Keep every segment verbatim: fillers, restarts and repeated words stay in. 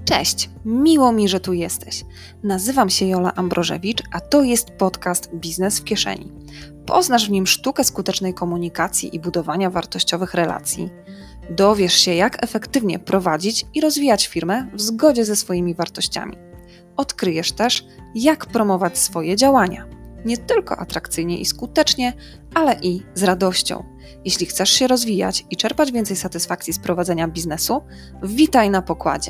Cześć, miło mi, że tu jesteś. Nazywam się Jola Ambrożewicz, a to jest podcast Biznes w kieszeni. Poznasz w nim sztukę skutecznej komunikacji i budowania wartościowych relacji. Dowiesz się, jak efektywnie prowadzić i rozwijać firmę w zgodzie ze swoimi wartościami. Odkryjesz też, jak promować swoje działania. Nie tylko atrakcyjnie i skutecznie, ale i z radością. Jeśli chcesz się rozwijać i czerpać więcej satysfakcji z prowadzenia biznesu, witaj na pokładzie.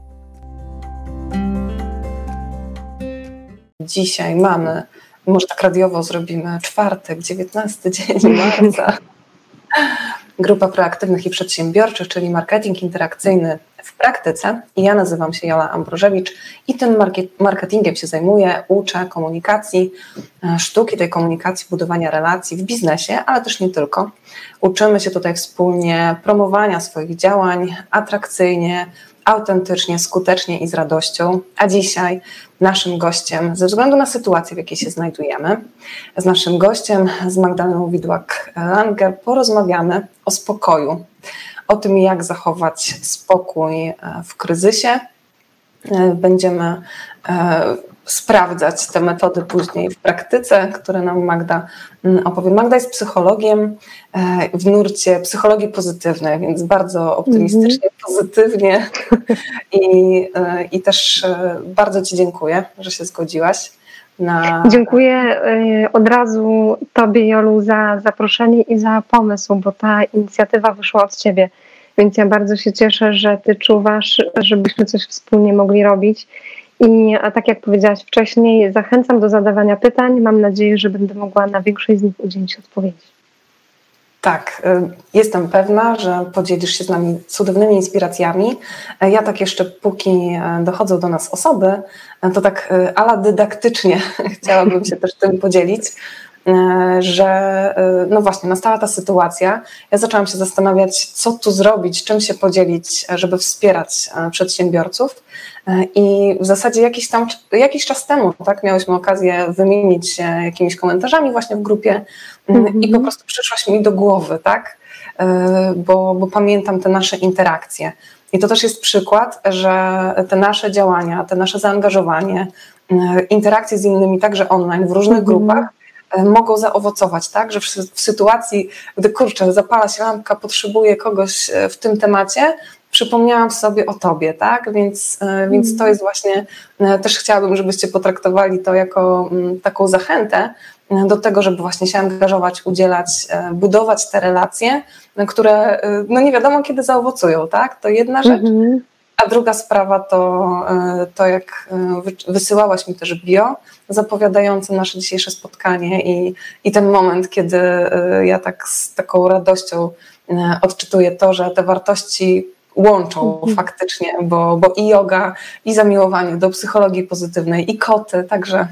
Dzisiaj mamy, może tak radiowo zrobimy, czwartek, dziewiętnasty dzień marca. Grupa proaktywnych i przedsiębiorczych, czyli marketing interakcyjny w praktyce. I ja nazywam się Jola Ambrożewicz i tym marketingiem się zajmuję, uczę komunikacji, sztuki tej komunikacji, budowania relacji w biznesie, ale też nie tylko. Uczymy się tutaj wspólnie promowania swoich działań atrakcyjnie, autentycznie, skutecznie i z radością. A dzisiaj naszym gościem, ze względu na sytuację, w jakiej się znajdujemy, z naszym gościem, z Magdaleną Widłak-Langer, porozmawiamy o spokoju, o tym, jak zachować spokój w kryzysie. Będziemy sprawdzać te metody później w praktyce, które nam Magda opowie. Magda jest psychologiem w nurcie psychologii pozytywnej, więc bardzo optymistycznie, mm-hmm. pozytywnie i, i też bardzo Ci dziękuję, że się zgodziłaś. Na... Dziękuję od razu Tobie, Jolu, za zaproszenie i za pomysł, bo ta inicjatywa wyszła od Ciebie, więc ja bardzo się cieszę, że Ty czuwasz, żebyśmy coś wspólnie mogli robić. I tak jak powiedziałaś wcześniej, zachęcam do zadawania pytań. Mam nadzieję, że będę mogła na większość z nich udzielić odpowiedzi. Tak, jestem pewna, że podzielisz się z nami cudownymi inspiracjami. Ja tak jeszcze, póki dochodzą do nas osoby, to tak ala dydaktycznie chciałabym się też tym podzielić, że no właśnie nastała ta sytuacja. Ja zaczęłam się zastanawiać, co tu zrobić, czym się podzielić, żeby wspierać przedsiębiorców. I w zasadzie jakiś tam, jakiś czas temu, tak, miałyśmy okazję wymienić się jakimiś komentarzami właśnie w grupie mm-hmm. i po prostu przyszłaś mi do głowy, tak, bo, bo pamiętam te nasze interakcje. I to też jest przykład, że te nasze działania, te nasze zaangażowanie, interakcje z innymi także online w różnych mm-hmm. grupach mogą zaowocować, tak, że w, w sytuacji, gdy kurczę, zapala się lampka, potrzebuję kogoś w tym temacie, przypomniałam sobie o Tobie, tak, więc, mm. więc to jest właśnie, też chciałabym, żebyście potraktowali to jako m, taką zachętę do tego, żeby właśnie się angażować, udzielać, budować te relacje, które no nie wiadomo kiedy zaowocują, tak, to jedna rzecz. Mm-hmm. A druga sprawa to, to jak wysyłałaś mi też bio zapowiadające nasze dzisiejsze spotkanie i, i ten moment, kiedy ja tak z taką radością odczytuję to, że te wartości łączą mm-hmm. faktycznie, bo, bo i yoga, i zamiłowanie do psychologii pozytywnej, i koty, także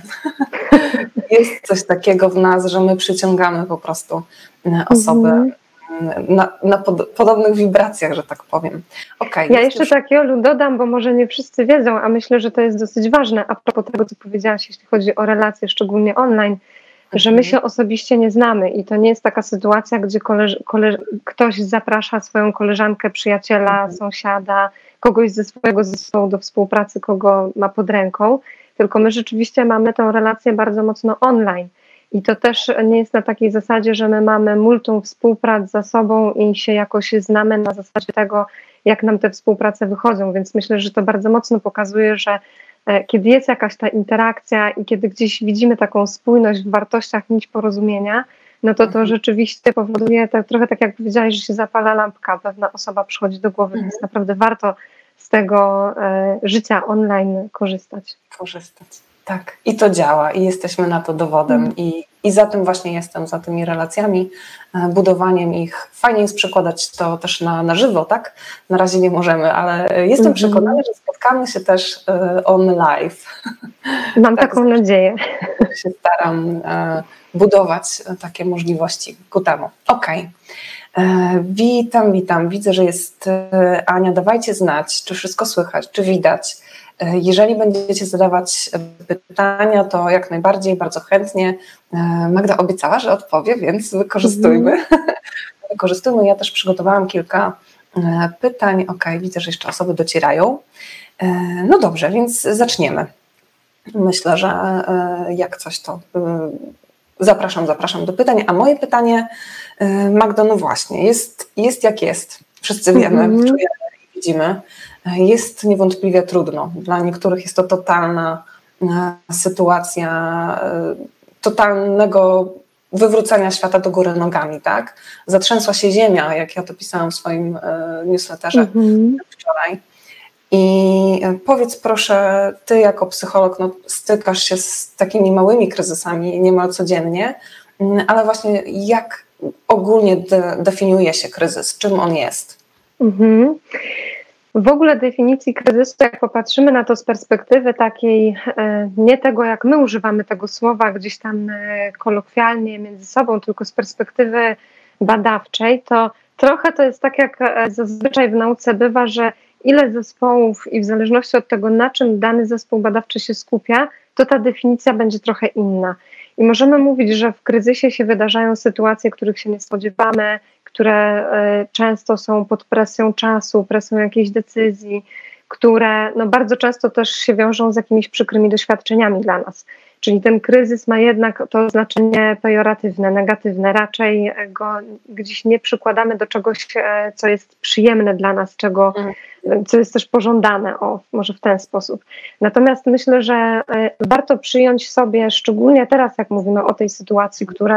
jest coś takiego w nas, że my przyciągamy po prostu osoby mm-hmm. na, na pod, podobnych wibracjach, że tak powiem. Okay, ja jeszcze już... tak, Jolu, dodam, bo może nie wszyscy wiedzą, a myślę, że to jest dosyć ważne, a propos tego, co powiedziałaś, jeśli chodzi o relacje, szczególnie online, że my się osobiście nie znamy i to nie jest taka sytuacja, gdzie koleż, koleż, ktoś zaprasza swoją koleżankę, przyjaciela, mhm. sąsiada, kogoś ze swojego zespołu do współpracy, kogo ma pod ręką, tylko my rzeczywiście mamy tę relację bardzo mocno online i to też nie jest na takiej zasadzie, że my mamy multum współprac za sobą i się jakoś znamy na zasadzie tego, jak nam te współprace wychodzą, więc myślę, że to bardzo mocno pokazuje, że kiedy jest jakaś ta interakcja i kiedy gdzieś widzimy taką spójność w wartościach, nić porozumienia, no to to rzeczywiście powoduje, tak, trochę tak jak powiedziałaś, że się zapala lampka, pewna osoba przychodzi do głowy, mhm. więc naprawdę warto z tego e, życia online korzystać. Korzystać, tak. I to działa i jesteśmy na to dowodem mhm. I, i za tym właśnie jestem, za tymi relacjami, budowaniem ich. Fajnie jest przekładać to też na, na żywo, tak? Na razie nie możemy, ale jestem mhm. przekonana, że spotkamy się też on live. Mam tak, taką nadzieję. Się staram budować takie możliwości ku temu. Okej. Okay. Witam, witam. Widzę, że jest Ania. Dawajcie znać, czy wszystko słychać, czy widać. Jeżeli będziecie zadawać pytania, to jak najbardziej, bardzo chętnie. Magda obiecała, że odpowie, więc wykorzystujmy. Mm. Wykorzystujmy. Ja też przygotowałam kilka pytań. Ok, widzę, że jeszcze osoby docierają. No dobrze, więc zaczniemy. Myślę, że jak coś to zapraszam, zapraszam do pytań. A moje pytanie, Magdo, no właśnie, jest, jest jak jest. Wszyscy wiemy, mm-hmm. czujemy i widzimy. Jest niewątpliwie trudno. Dla niektórych jest to totalna sytuacja totalnego wywrócenia świata do góry nogami, tak? Zatrzęsła się ziemia, jak ja to pisałam w swoim newsletterze mm-hmm. wczoraj. I powiedz proszę, ty jako psycholog no, stykasz się z takimi małymi kryzysami niemal codziennie, ale właśnie jak ogólnie de- definiuje się kryzys? Czym on jest? Mm-hmm. W ogóle definicji kryzysu, jak popatrzymy na to z perspektywy takiej, nie tego jak my używamy tego słowa gdzieś tam kolokwialnie między sobą, tylko z perspektywy badawczej, to trochę to jest tak jak zazwyczaj w nauce bywa, że ile zespołów i w zależności od tego, na czym dany zespół badawczy się skupia, to ta definicja będzie trochę inna. I możemy mówić, że w kryzysie się wydarzają sytuacje, których się nie spodziewamy, które często są pod presją czasu, presją jakiejś decyzji, które no bardzo często też się wiążą z jakimiś przykrymi doświadczeniami dla nas. Czyli ten kryzys ma jednak to znaczenie pejoratywne, negatywne. Raczej go gdzieś nie przykładamy do czegoś, co jest przyjemne dla nas, czego, co jest też pożądane, o, może w ten sposób. Natomiast myślę, że warto przyjąć sobie, szczególnie teraz, jak mówimy o tej sytuacji, która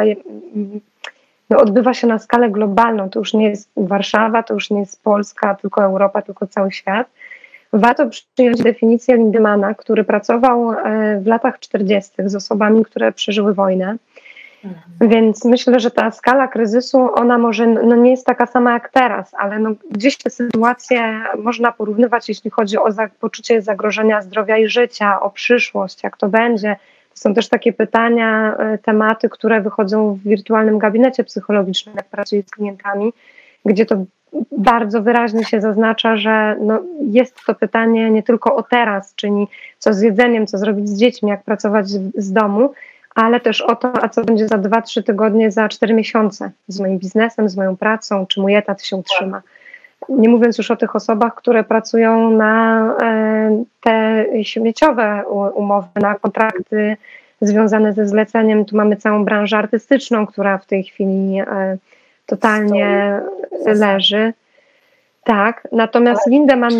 no, odbywa się na skalę globalną, to już nie jest Warszawa, to już nie jest Polska, tylko Europa, tylko cały świat. Warto przyjąć definicję Lindemana, który pracował w latach czterdziestych z osobami, które przeżyły wojnę. Mhm. Więc myślę, że ta skala kryzysu, ona może no nie jest taka sama jak teraz, ale no gdzieś te sytuacje można porównywać, jeśli chodzi o za- poczucie zagrożenia zdrowia i życia, o przyszłość, jak to będzie. To są też takie pytania, tematy, które wychodzą w wirtualnym gabinecie psychologicznym, jak pracuję z klientami, gdzie to bardzo wyraźnie się zaznacza, że no jest to pytanie nie tylko o teraz, czyli co z jedzeniem, co zrobić z dziećmi, jak pracować z domu, ale też o to, a co będzie za dwa, trzy tygodnie, za cztery miesiące z moim biznesem, z moją pracą, czy mój etat się utrzyma. Nie mówiąc już o tych osobach, które pracują na e, te śmieciowe umowy, na kontrakty związane ze zleceniem. Tu mamy całą branżę artystyczną, która w tej chwili e, totalnie leży. Tak, natomiast Lindemann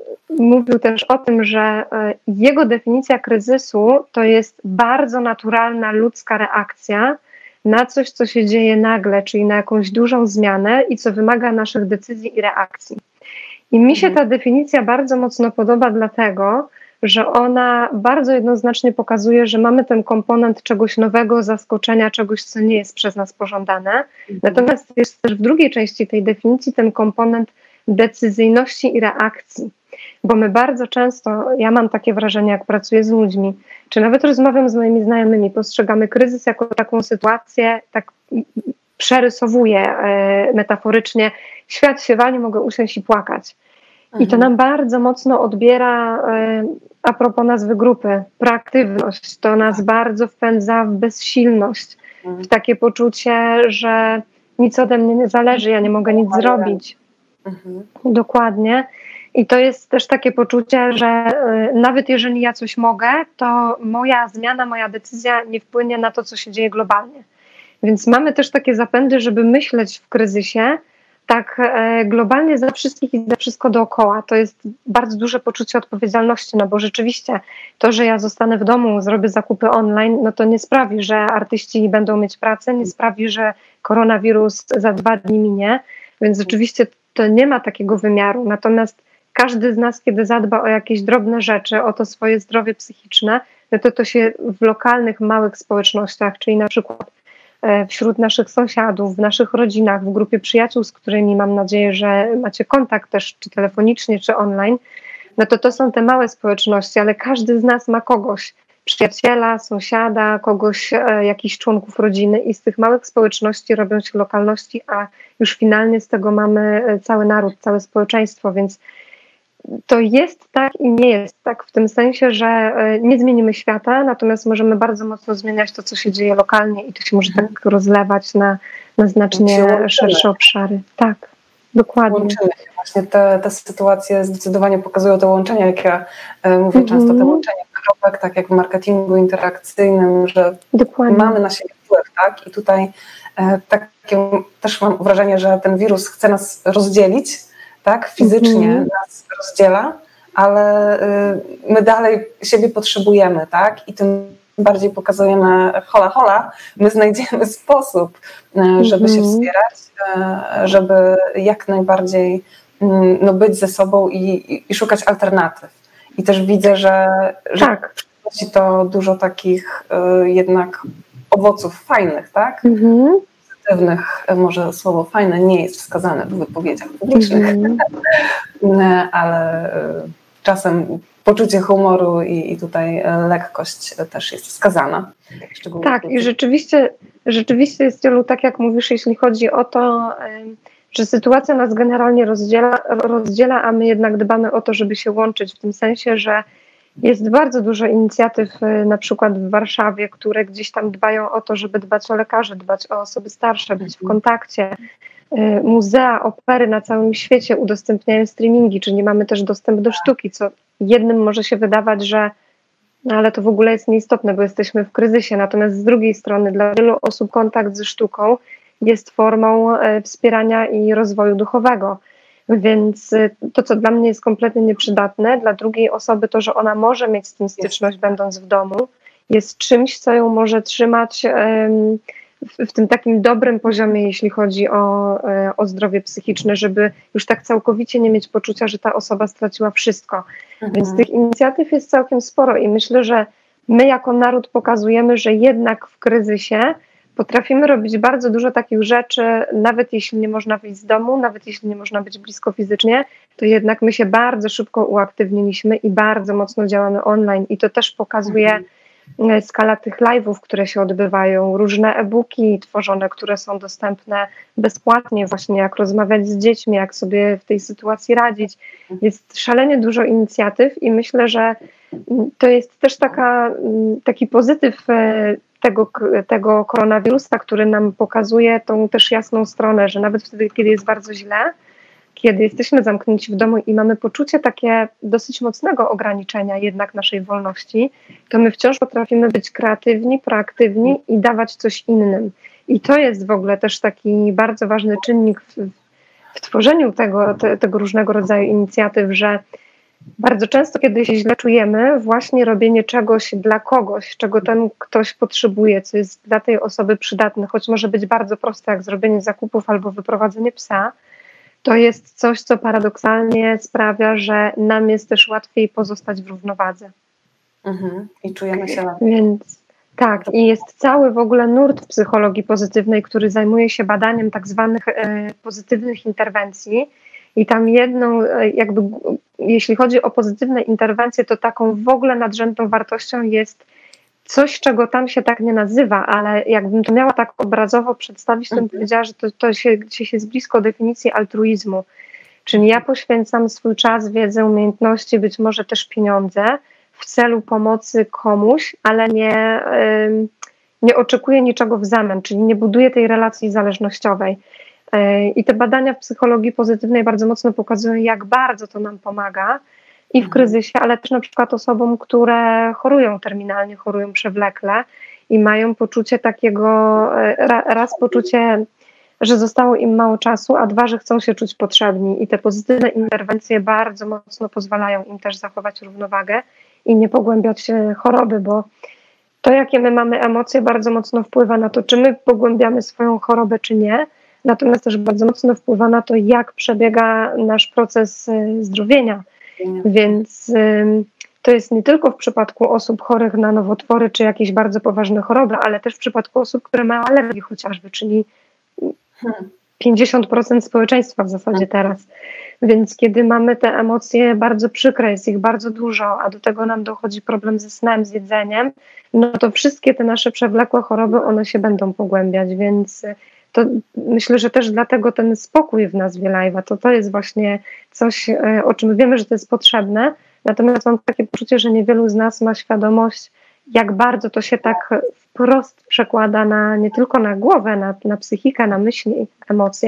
mówił też o tym, że jego definicja kryzysu to jest bardzo naturalna ludzka reakcja na coś, co się dzieje nagle, czyli na jakąś dużą zmianę i co wymaga naszych decyzji i reakcji. I mi się ta definicja bardzo mocno podoba dlatego, że ona bardzo jednoznacznie pokazuje, że mamy ten komponent czegoś nowego, zaskoczenia, czegoś, co nie jest przez nas pożądane. Natomiast jest też w drugiej części tej definicji ten komponent decyzyjności i reakcji. Bo my bardzo często, ja mam takie wrażenie, jak pracuję z ludźmi, czy nawet rozmawiam z moimi znajomymi, postrzegamy kryzys jako taką sytuację, tak przerysowuję e, metaforycznie, świat się wali, mogę usiąść i płakać. I to nam bardzo mocno odbiera, a propos nazwy grupy, proaktywność. To nas bardzo wpędza w bezsilność, w takie poczucie, że nic ode mnie nie zależy, ja nie mogę nic zrobić. Mhm. Dokładnie. I to jest też takie poczucie, że nawet jeżeli ja coś mogę, to moja zmiana, moja decyzja nie wpłynie na to, co się dzieje globalnie. Więc mamy też takie zapędy, żeby myśleć w kryzysie tak globalnie za wszystkich i za wszystko dookoła. To jest bardzo duże poczucie odpowiedzialności, no bo rzeczywiście to, że ja zostanę w domu, zrobię zakupy online, no to nie sprawi, że artyści będą mieć pracę, nie sprawi, że koronawirus za dwa dni minie, więc rzeczywiście to nie ma takiego wymiaru. Natomiast każdy z nas, kiedy zadba o jakieś drobne rzeczy, o to swoje zdrowie psychiczne, no to to się w lokalnych, małych społecznościach, czyli na przykład wśród naszych sąsiadów, w naszych rodzinach, w grupie przyjaciół, z którymi mam nadzieję, że macie kontakt też, czy telefonicznie, czy online, no to to są te małe społeczności, ale każdy z nas ma kogoś, przyjaciela, sąsiada, kogoś, e, jakichś członków rodziny i z tych małych społeczności robią się lokalności, a już finalnie z tego mamy cały naród, całe społeczeństwo, więc to jest tak i nie jest tak w tym sensie, że nie zmienimy świata, natomiast możemy bardzo mocno zmieniać to, co się dzieje lokalnie i to się może tak rozlewać na, na znacznie szersze obszary. Tak. Dokładnie. Łączymy się. Właśnie te, te sytuacje zdecydowanie pokazują te łączenia, jak ja e, mówię mm-hmm. często, te łączenia kropek, tak jak w marketingu interakcyjnym, że Dokładnie. mamy na siebie wpływ, tak? I tutaj e, takie, też mam wrażenie, że ten wirus chce nas rozdzielić, tak? Fizycznie mm-hmm. nas rozdziela, ale e, my dalej siebie potrzebujemy, tak? I tym bardziej pokazujemy hola, hola, my znajdziemy sposób, żeby mm-hmm. się wspierać, żeby jak najbardziej no, być ze sobą i, i, i szukać alternatyw. I też widzę, że, że tak. przynosi to dużo takich y, jednak owoców fajnych, tak? Mm-hmm. Pozytywnych, może słowo fajne nie jest wskazane w wypowiedziach publicznych, mm-hmm. ale y, czasem poczucie humoru i, i tutaj lekkość też jest wskazana. Tak, i rzeczywiście, rzeczywiście jest, Jolu, tak jak mówisz, jeśli chodzi o to, że sytuacja nas generalnie rozdziela, rozdziela, a my jednak dbamy o to, żeby się łączyć, w tym sensie, że jest bardzo dużo inicjatyw, na przykład w Warszawie, które gdzieś tam dbają o to, żeby dbać o lekarzy, dbać o osoby starsze, być w kontakcie. Muzea, opery na całym świecie udostępniają streamingi, czyli mamy też dostęp do sztuki, co jednym może się wydawać, że no ale to w ogóle jest nieistotne, bo jesteśmy w kryzysie. Natomiast z drugiej strony dla wielu osób kontakt ze sztuką jest formą wspierania i rozwoju duchowego. Więc to, co dla mnie jest kompletnie nieprzydatne, dla drugiej osoby to, że ona może mieć z tym styczność będąc w domu, jest czymś, co ją może trzymać um, w, w tym takim dobrym poziomie, jeśli chodzi o, o zdrowie psychiczne, żeby już tak całkowicie nie mieć poczucia, że ta osoba straciła wszystko. Mhm. Więc tych inicjatyw jest całkiem sporo i myślę, że my jako naród pokazujemy, że jednak w kryzysie potrafimy robić bardzo dużo takich rzeczy, nawet jeśli nie można wyjść z domu, nawet jeśli nie można być blisko fizycznie, to jednak my się bardzo szybko uaktywniliśmy i bardzo mocno działamy online i to też pokazuje mhm. skala tych live'ów, które się odbywają, różne e-booki tworzone, które są dostępne bezpłatnie, właśnie jak rozmawiać z dziećmi, jak sobie w tej sytuacji radzić. Jest szalenie dużo inicjatyw i myślę, że to jest też taka, taki pozytyw tego, tego koronawirusa, który nam pokazuje tą też jasną stronę, że nawet wtedy, kiedy jest bardzo źle, kiedy jesteśmy zamknięci w domu i mamy poczucie takie dosyć mocnego ograniczenia jednak naszej wolności, to my wciąż potrafimy być kreatywni, proaktywni i dawać coś innym. I to jest w ogóle też taki bardzo ważny czynnik w, w tworzeniu tego, te, tego różnego rodzaju inicjatyw, że bardzo często, kiedy się źle czujemy, właśnie robienie czegoś dla kogoś, czego ten ktoś potrzebuje, co jest dla tej osoby przydatne, choć może być bardzo proste, jak zrobienie zakupów albo wyprowadzenie psa, to jest coś, co paradoksalnie sprawia, że nam jest też łatwiej pozostać w równowadze. Mhm. I czujemy się lepiej. Więc tak, i jest cały w ogóle nurt w psychologii pozytywnej, który zajmuje się badaniem tak zwanych e, pozytywnych interwencji. I tam jedną, jakby, jeśli chodzi o pozytywne interwencje, to taką w ogóle nadrzędną wartością jest coś, czego tam się tak nie nazywa, ale jakbym to miała tak obrazowo przedstawić, to bym powiedziała, że to, to się gdzieś jest blisko definicji altruizmu. Czyli ja poświęcam swój czas, wiedzę, umiejętności, być może też pieniądze w celu pomocy komuś, ale nie, nie oczekuję niczego w zamian, czyli nie buduję tej relacji zależnościowej. I te badania w psychologii pozytywnej bardzo mocno pokazują, jak bardzo to nam pomaga i w kryzysie, ale też na przykład osobom, które chorują terminalnie, chorują przewlekle i mają poczucie takiego, raz poczucie, że zostało im mało czasu, a dwa, że chcą się czuć potrzebni. I te pozytywne interwencje bardzo mocno pozwalają im też zachować równowagę i nie pogłębiać się choroby, bo to, jakie my mamy emocje, bardzo mocno wpływa na to, czy my pogłębiamy swoją chorobę, czy nie. Natomiast też bardzo mocno wpływa na to, jak przebiega nasz proces zdrowienia. Nie. Więc y, to jest nie tylko w przypadku osób chorych na nowotwory czy jakieś bardzo poważne choroby, ale też w przypadku osób, które mają alergię chociażby, czyli hmm. pięćdziesiąt procent społeczeństwa w zasadzie teraz. Więc kiedy mamy te emocje bardzo przykre, jest ich bardzo dużo, a do tego nam dochodzi problem ze snem, z jedzeniem, no to wszystkie te nasze przewlekłe choroby, one się będą pogłębiać, więc to myślę, że też dlatego ten spokój w nazwie live'a, to to jest właśnie coś, o czym wiemy, że to jest potrzebne, natomiast mam takie poczucie, że niewielu z nas ma świadomość, jak bardzo to się tak wprost przekłada na, nie tylko na głowę, na, na psychikę, na myśli, emocje,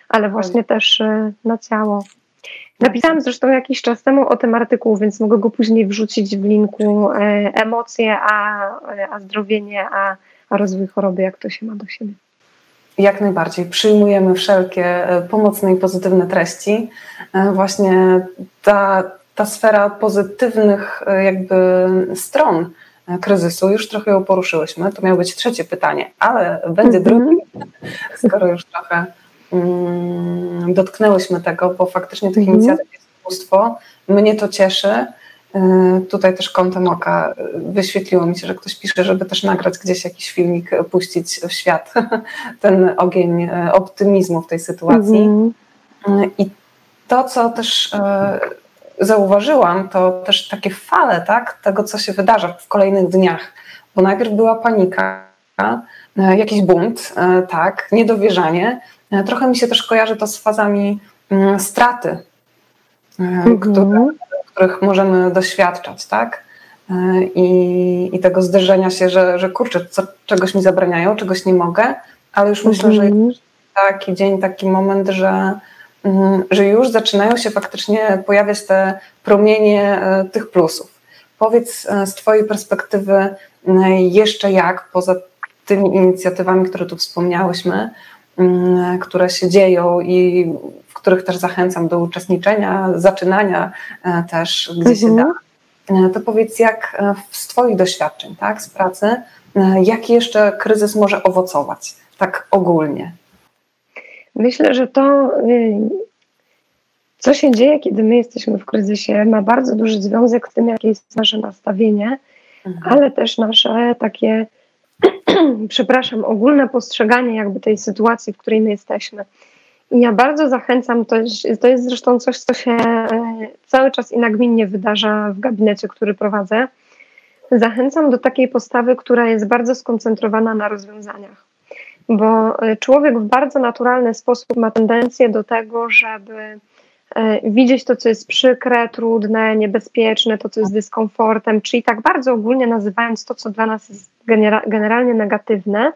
ale właśnie też na ciało. Napisałam zresztą jakiś czas temu o tym artykuł, więc mogę go później wrzucić w linku emocje, a, a zdrowienie, a, a rozwój choroby, jak to się ma do siebie. Jak najbardziej. Przyjmujemy wszelkie pomocne i pozytywne treści. Właśnie ta, ta sfera pozytywnych jakby stron kryzysu, już trochę ją poruszyłyśmy. To miało być trzecie pytanie, ale będzie mm-hmm. drugie, skoro już trochę mm, dotknęłyśmy tego, bo faktycznie tych mm-hmm. inicjatyw jest mnóstwo. Mnie to cieszy. Tutaj też kątem oka wyświetliło mi się, że ktoś pisze, żeby też nagrać gdzieś jakiś filmik, puścić w świat ten ogień optymizmu w tej sytuacji. Mm. I to, co też zauważyłam, to też takie fale, tak, tego, co się wydarza w kolejnych dniach, bo najpierw była panika, jakiś bunt, tak, niedowierzanie. Trochę mi się też kojarzy to z fazami straty, mm. które których możemy doświadczać, tak? I, i tego zderzenia się, że, że kurczę, co, czegoś mi zabraniają, czegoś nie mogę, ale już myślę, że jest taki dzień, taki moment, że, że już zaczynają się faktycznie pojawiać te promienie tych plusów. Powiedz z twojej perspektywy jeszcze jak, poza tymi inicjatywami, które tu wspomniałyśmy, które się dzieją i w których też zachęcam do uczestniczenia, zaczynania też, gdzie się da. To powiedz, jak z twoich doświadczeń, tak, z pracy, jaki jeszcze kryzys może owocować, tak ogólnie? Myślę, że to, co się dzieje, kiedy my jesteśmy w kryzysie, ma bardzo duży związek z tym, jakie jest nasze nastawienie, mhm. ale też nasze takie przepraszam, ogólne postrzeganie jakby tej sytuacji, w której my jesteśmy. I ja bardzo zachęcam, to jest, to jest zresztą coś, co się cały czas i nagminnie wydarza w gabinecie, który prowadzę. Zachęcam do takiej postawy, która jest bardzo skoncentrowana na rozwiązaniach. Bo człowiek w bardzo naturalny sposób ma tendencję do tego, żeby widzieć to, co jest przykre, trudne, niebezpieczne, to, co jest dyskomfortem, czyli tak bardzo ogólnie nazywając to, co dla nas jest generalnie negatywne.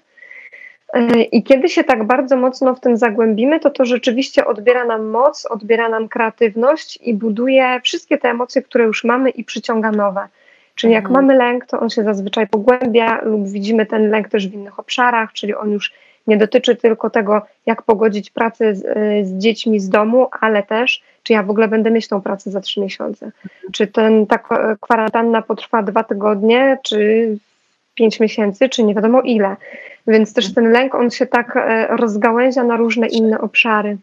I kiedy się tak bardzo mocno w tym zagłębimy, to to rzeczywiście odbiera nam moc, odbiera nam kreatywność i buduje wszystkie te emocje, które już mamy i przyciąga nowe. Czyli jak mhm. mamy lęk, to on się zazwyczaj pogłębia lub widzimy ten lęk też w innych obszarach, czyli on już nie dotyczy tylko tego, jak pogodzić pracę z, z dziećmi z domu, ale też, czy ja w ogóle będę mieć tą pracę za trzy miesiące. Czy ten, ta kwarantanna potrwa dwa tygodnie, czy pięć miesięcy, czy nie wiadomo ile. Więc też ten lęk, on się tak rozgałęzia na różne inne obszary.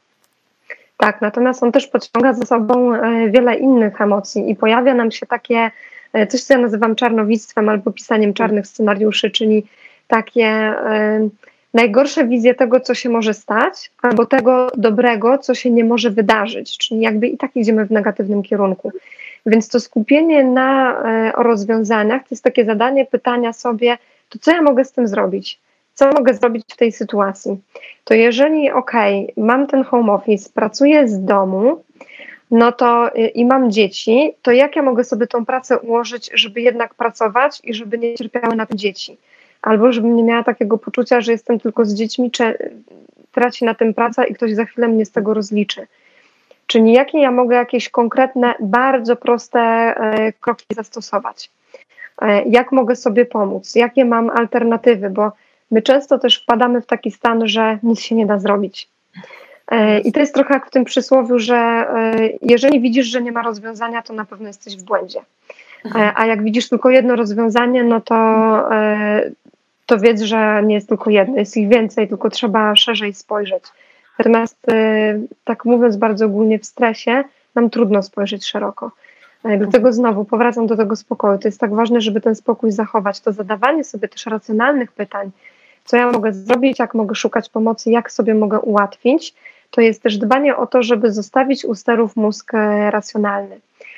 Tak, natomiast on też pociąga za sobą wiele innych emocji i pojawia nam się takie, coś co ja nazywam czarnowictwem albo pisaniem czarnych scenariuszy, czyli takie najgorsze wizje tego, co się może stać, albo tego dobrego, co się nie może wydarzyć, czyli jakby i tak idziemy w negatywnym kierunku. Więc to skupienie na o rozwiązaniach to jest takie zadanie pytania sobie, to co ja mogę z tym zrobić? Co mogę zrobić w tej sytuacji? To jeżeli, okej, okay, mam ten home office, pracuję z domu, no to i mam dzieci, to jak ja mogę sobie tą pracę ułożyć, żeby jednak pracować i żeby nie cierpiały na tym dzieci? Albo żebym nie miała takiego poczucia, że jestem tylko z dziećmi, czy traci na tym praca i ktoś za chwilę mnie z tego rozliczy. Czyli jakie ja mogę jakieś konkretne, bardzo proste e, kroki zastosować? E, jak mogę sobie pomóc? Jakie mam alternatywy? Bo my często też wpadamy w taki stan, że nic się nie da zrobić. E, I to jest trochę jak w tym przysłowiu, że e, jeżeli widzisz, że nie ma rozwiązania, to na pewno jesteś w błędzie. E, a jak widzisz tylko jedno rozwiązanie, no to, e, to wiedz, że nie jest tylko jedno, jest ich więcej, tylko trzeba szerzej spojrzeć. Natomiast, tak mówiąc bardzo ogólnie, w stresie nam trudno spojrzeć szeroko. Dlatego znowu powracam do tego spokoju. To jest tak ważne, żeby ten spokój zachować. To zadawanie sobie też racjonalnych pytań, co ja mogę zrobić, jak mogę szukać pomocy, jak sobie mogę ułatwić, to jest też dbanie o to, żeby zostawić u sterów mózg racjonalny.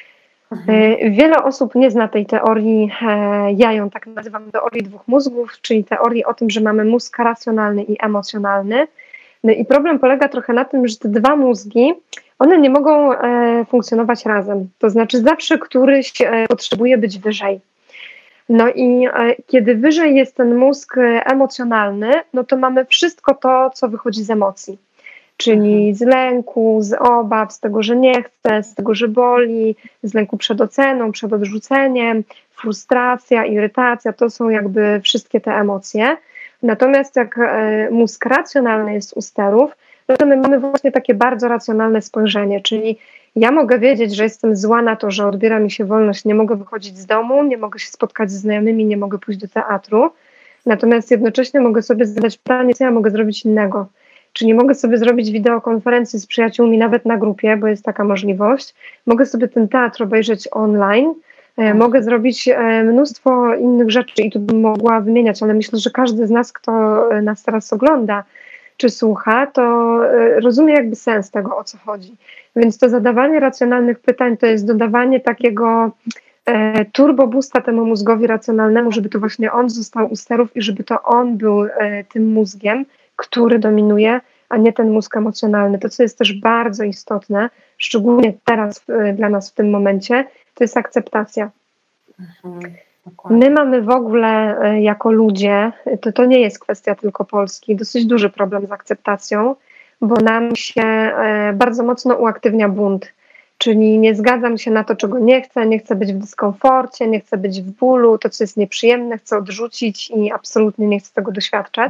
Mhm. Wiele osób nie zna tej teorii, ja ją tak nazywam teorii dwóch mózgów, czyli teorii o tym, że mamy mózg racjonalny i emocjonalny. No i problem polega trochę na tym, że te dwa mózgi, one nie mogą e, funkcjonować razem. To znaczy zawsze któryś e, potrzebuje być wyżej. No i e, kiedy wyżej jest ten mózg emocjonalny, no to mamy wszystko to, co wychodzi z emocji. czyli z lęku, z obaw, z tego, że nie chce, z tego, że boli, z lęku przed oceną, przed odrzuceniem, frustracja, irytacja, to są jakby wszystkie te emocje. Natomiast jak mózg racjonalny jest u sterów, no to my mamy właśnie takie bardzo racjonalne spojrzenie, czyli ja mogę wiedzieć, że jestem zła na to, że odbiera mi się wolność, nie mogę wychodzić z domu, nie mogę się spotkać ze znajomymi, nie mogę pójść do teatru, natomiast jednocześnie mogę sobie zadać pytanie, co ja mogę zrobić innego. Czy nie mogę sobie zrobić wideokonferencji z przyjaciółmi nawet na grupie, bo jest taka możliwość. Mogę sobie ten teatr obejrzeć online, e, mogę zrobić e, mnóstwo innych rzeczy i tu bym mogła wymieniać, ale myślę, że każdy z nas, kto nas teraz ogląda czy słucha, to e, rozumie jakby sens tego, o co chodzi. Więc to zadawanie racjonalnych pytań to jest dodawanie takiego e, turbo boosta temu mózgowi racjonalnemu, żeby to właśnie on został u sterów i żeby to on był e, tym mózgiem, który dominuje, a nie ten mózg emocjonalny. To, co jest też bardzo istotne, szczególnie teraz y, dla nas w tym momencie, to jest akceptacja. Mhm, My mamy w ogóle y, jako ludzie, to, to nie jest kwestia tylko Polski, dosyć duży problem z akceptacją, bo nam się y, bardzo mocno uaktywnia bunt. Czyli nie zgadzam się na to, czego nie chcę, nie chcę być w dyskomforcie, nie chcę być w bólu, to, co jest nieprzyjemne, chcę odrzucić i absolutnie nie chcę tego doświadczać.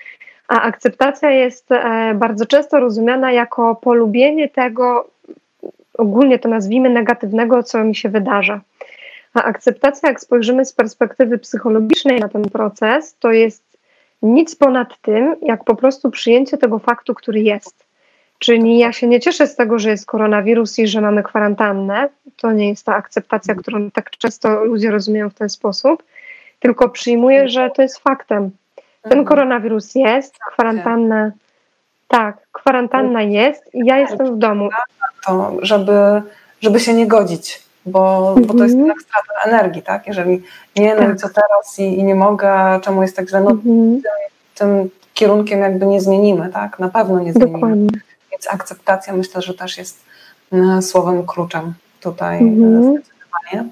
A akceptacja jest bardzo często rozumiana jako polubienie tego, ogólnie to nazwijmy negatywnego, co mi się wydarza. A akceptacja, jak spojrzymy z perspektywy psychologicznej na ten proces, to jest nic ponad tym, jak po prostu przyjęcie tego faktu, który jest. Czyli ja się nie cieszę z tego, że jest koronawirus i że mamy kwarantannę. To nie jest ta akceptacja, którą tak często ludzie rozumieją w ten sposób, tylko przyjmuję, że to jest faktem. Ten koronawirus jest, kwarantanna, tak, kwarantanna jest i ja jestem w domu. To, żeby, żeby się nie godzić, bo, mm-hmm. bo to jest jednak strata energii, tak? Jeżeli nie, no tak. I co teraz i, i nie mogę, czemu jest tak źle, no mm-hmm. tym, tym kierunkiem jakby nie zmienimy, tak? Na pewno nie zmienimy. Dokładnie. Więc akceptacja myślę, że też jest y, słowem kluczem tutaj mm-hmm. y, zdecydowanie.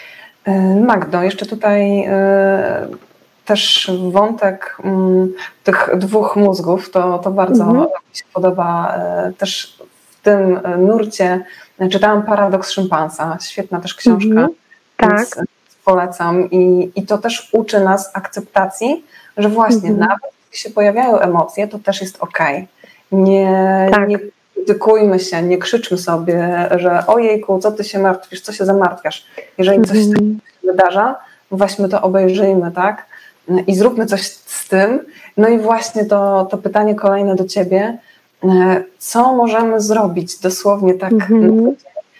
Y, Magdo, jeszcze tutaj... Y, Też wątek m, tych dwóch mózgów, to, to bardzo mhm. mi się podoba. E, też w tym nurcie czytałam Paradoks szympansa, świetna też książka, mhm. więc tak. polecam. I, I to też uczy nas akceptacji, że właśnie mhm. nawet jeśli się pojawiają emocje, to też jest okej. Nie, tak. nie krytykujmy się, nie krzyczmy sobie, że ojejku, co ty się martwisz, co się zamartwiasz. Jeżeli mhm. coś takiego się wydarza, weźmy to, obejrzyjmy, tak? I zróbmy coś z tym. No i właśnie to, to pytanie kolejne do ciebie. Co możemy zrobić dosłownie tak mm-hmm.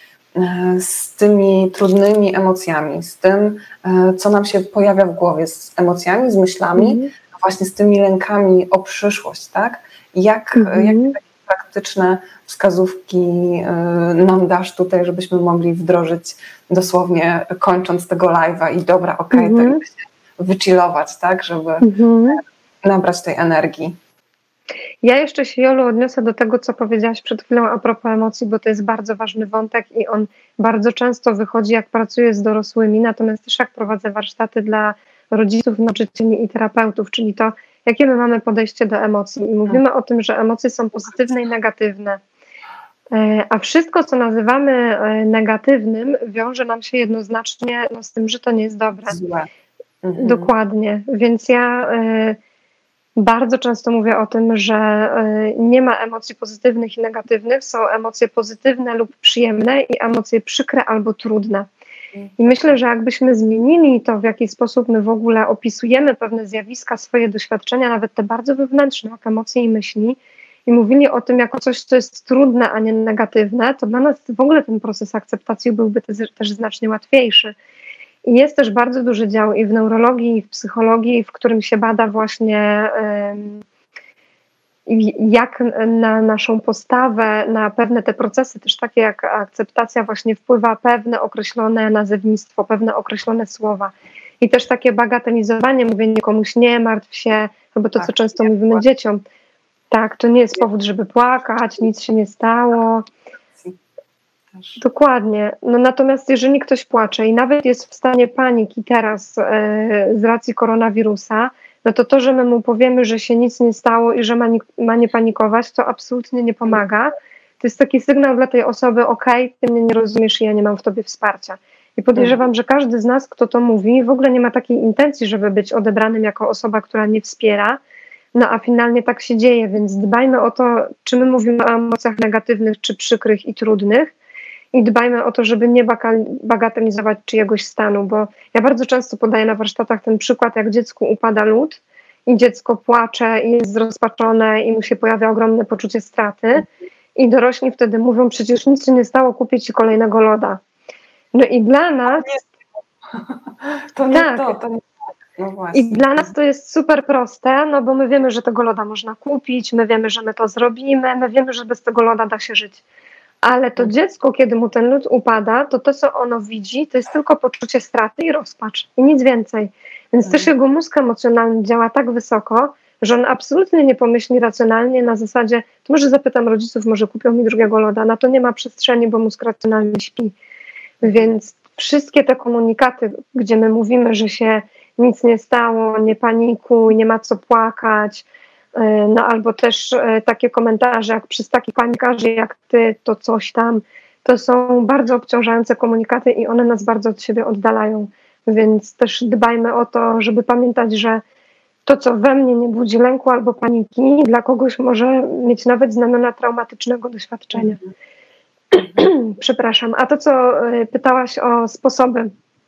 z tymi trudnymi emocjami, z tym, co nam się pojawia w głowie, z emocjami, z myślami, mm-hmm. a właśnie z tymi lękami o przyszłość, tak? Jak, mm-hmm. jakie takie praktyczne wskazówki nam dasz tutaj, żebyśmy mogli wdrożyć dosłownie kończąc tego live'a i dobra, okej, okay, mm-hmm. to wychillować, tak, żeby mhm. nabrać tej energii. Ja jeszcze się, Jolu, odniosę do tego, co powiedziałaś przed chwilą a propos emocji, bo to jest bardzo ważny wątek i on bardzo często wychodzi, jak pracuję z dorosłymi, natomiast też jak prowadzę warsztaty dla rodziców, nauczycieli i terapeutów, czyli to, jakie my mamy podejście do emocji. I mówimy o tym, że emocje są pozytywne i negatywne. A wszystko, co nazywamy negatywnym, wiąże nam się jednoznacznie no, z tym, że to nie jest dobre. Złe. Mhm. Dokładnie, więc ja y, bardzo często mówię o tym, że y, nie ma emocji pozytywnych i negatywnych, są emocje pozytywne lub przyjemne i emocje przykre albo trudne. I myślę, że jakbyśmy zmienili to, w jaki sposób my w ogóle opisujemy pewne zjawiska, swoje doświadczenia, nawet te bardzo wewnętrzne, jak emocje i myśli, i mówili o tym jako coś, co jest trudne, a nie negatywne, to dla nas w ogóle ten proces akceptacji byłby też znacznie łatwiejszy. I jest też bardzo duży dział i w neurologii, i w psychologii, w którym się bada właśnie jak na naszą postawę, na pewne te procesy, też takie jak akceptacja właśnie wpływa pewne określone nazewnictwo, pewne określone słowa. I też takie bagatelizowanie, mówienie komuś nie martw się, albo to, tak, co często mówimy płakać. dzieciom. Tak, to nie jest powód, żeby płakać, nic się nie stało. Dokładnie. No natomiast jeżeli ktoś płacze i nawet jest w stanie paniki teraz e, z racji koronawirusa, no to to, że my mu powiemy, że się nic nie stało i że ma nie, ma nie panikować, to absolutnie nie pomaga. To jest taki sygnał dla tej osoby, okej, ty mnie nie rozumiesz i ja nie mam w tobie wsparcia. I podejrzewam, że każdy z nas, kto to mówi, w ogóle nie ma takiej intencji, żeby być odebranym jako osoba, która nie wspiera, no a finalnie tak się dzieje, więc dbajmy o to, czy my mówimy o emocjach negatywnych, czy przykrych i trudnych, i dbajmy o to, żeby nie bagatelizować czyjegoś stanu, bo ja bardzo często podaję na warsztatach ten przykład, jak dziecku upada lód i dziecko płacze i jest zrozpaczone i mu się pojawia ogromne poczucie straty i dorośli wtedy mówią, przecież nic się nie stało, kupię ci kolejnego loda. No i dla nas... To nie tak, to, to nie no właśnie. I dla nas to jest super proste, no bo my wiemy, że tego loda można kupić, my wiemy, że my to zrobimy, my wiemy, że bez tego loda da się żyć. Ale to dziecko, kiedy mu ten lód upada, to to, co ono widzi, to jest tylko poczucie straty i rozpacz. I nic więcej. Więc też jego mózg emocjonalny działa tak wysoko, że on absolutnie nie pomyśli racjonalnie na zasadzie, to może zapytam rodziców, może kupią mi drugiego loda. Na to nie ma przestrzeni, bo mózg racjonalnie śpi. Więc wszystkie te komunikaty, gdzie my mówimy, że się nic nie stało, nie panikuj, nie ma co płakać, no albo też takie komentarze, jak przez takich panikarzy jak ty, to coś tam, to są bardzo obciążające komunikaty i one nas bardzo od siebie oddalają. Więc też dbajmy o to, żeby pamiętać, że to, co we mnie nie budzi lęku albo paniki, dla kogoś może mieć nawet znamiona traumatycznego doświadczenia. Przepraszam. A to, co pytałaś o sposoby,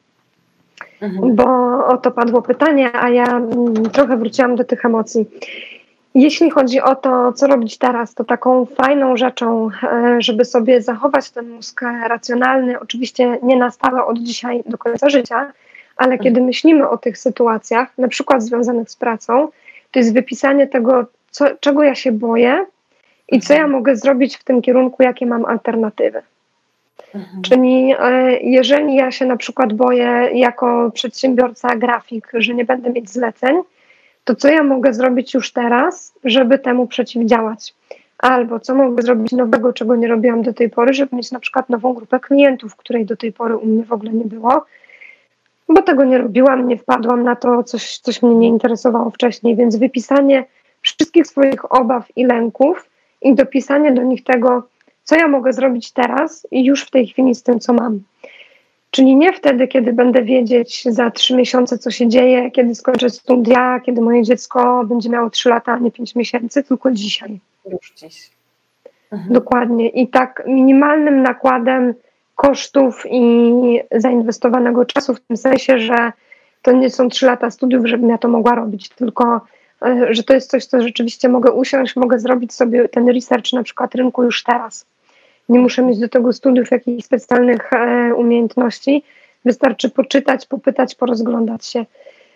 mhm. bo o to padło pytanie, a ja trochę wróciłam do tych emocji. Jeśli chodzi o to, co robić teraz, to taką fajną rzeczą, żeby sobie zachować ten mózg racjonalny, oczywiście nie na stałe od dzisiaj do końca życia, ale kiedy myślimy o tych sytuacjach, na przykład związanych z pracą, to jest wypisanie tego, co, czego ja się boję i co ja mogę zrobić w tym kierunku, jakie mam alternatywy. Mhm. Czyli jeżeli ja się na przykład boję jako przedsiębiorca, grafik, że nie będę mieć zleceń, to co ja mogę zrobić już teraz, żeby temu przeciwdziałać? Albo co mogę zrobić nowego, czego nie robiłam do tej pory, żeby mieć na przykład nową grupę klientów, której do tej pory u mnie w ogóle nie było, bo tego nie robiłam, nie wpadłam na to, coś, coś mnie nie interesowało wcześniej, więc wypisanie wszystkich swoich obaw i lęków i dopisanie do nich tego, co ja mogę zrobić teraz i już w tej chwili z tym, co mam. Czyli nie wtedy, kiedy będę wiedzieć za trzy miesiące, co się dzieje, kiedy skończę studia, kiedy moje dziecko będzie miało trzy lata, a nie pięć miesięcy, tylko dzisiaj. Już dziś. Mhm. Dokładnie. I tak minimalnym nakładem kosztów i zainwestowanego czasu, w tym sensie, że to nie są trzy lata studiów, żebym ja to mogła robić, tylko że to jest coś, co rzeczywiście mogę usiąść, mogę zrobić sobie ten research na przykład rynku już teraz. Nie muszę mieć do tego studiów jakichś specjalnych e, umiejętności. Wystarczy poczytać, popytać, porozglądać się.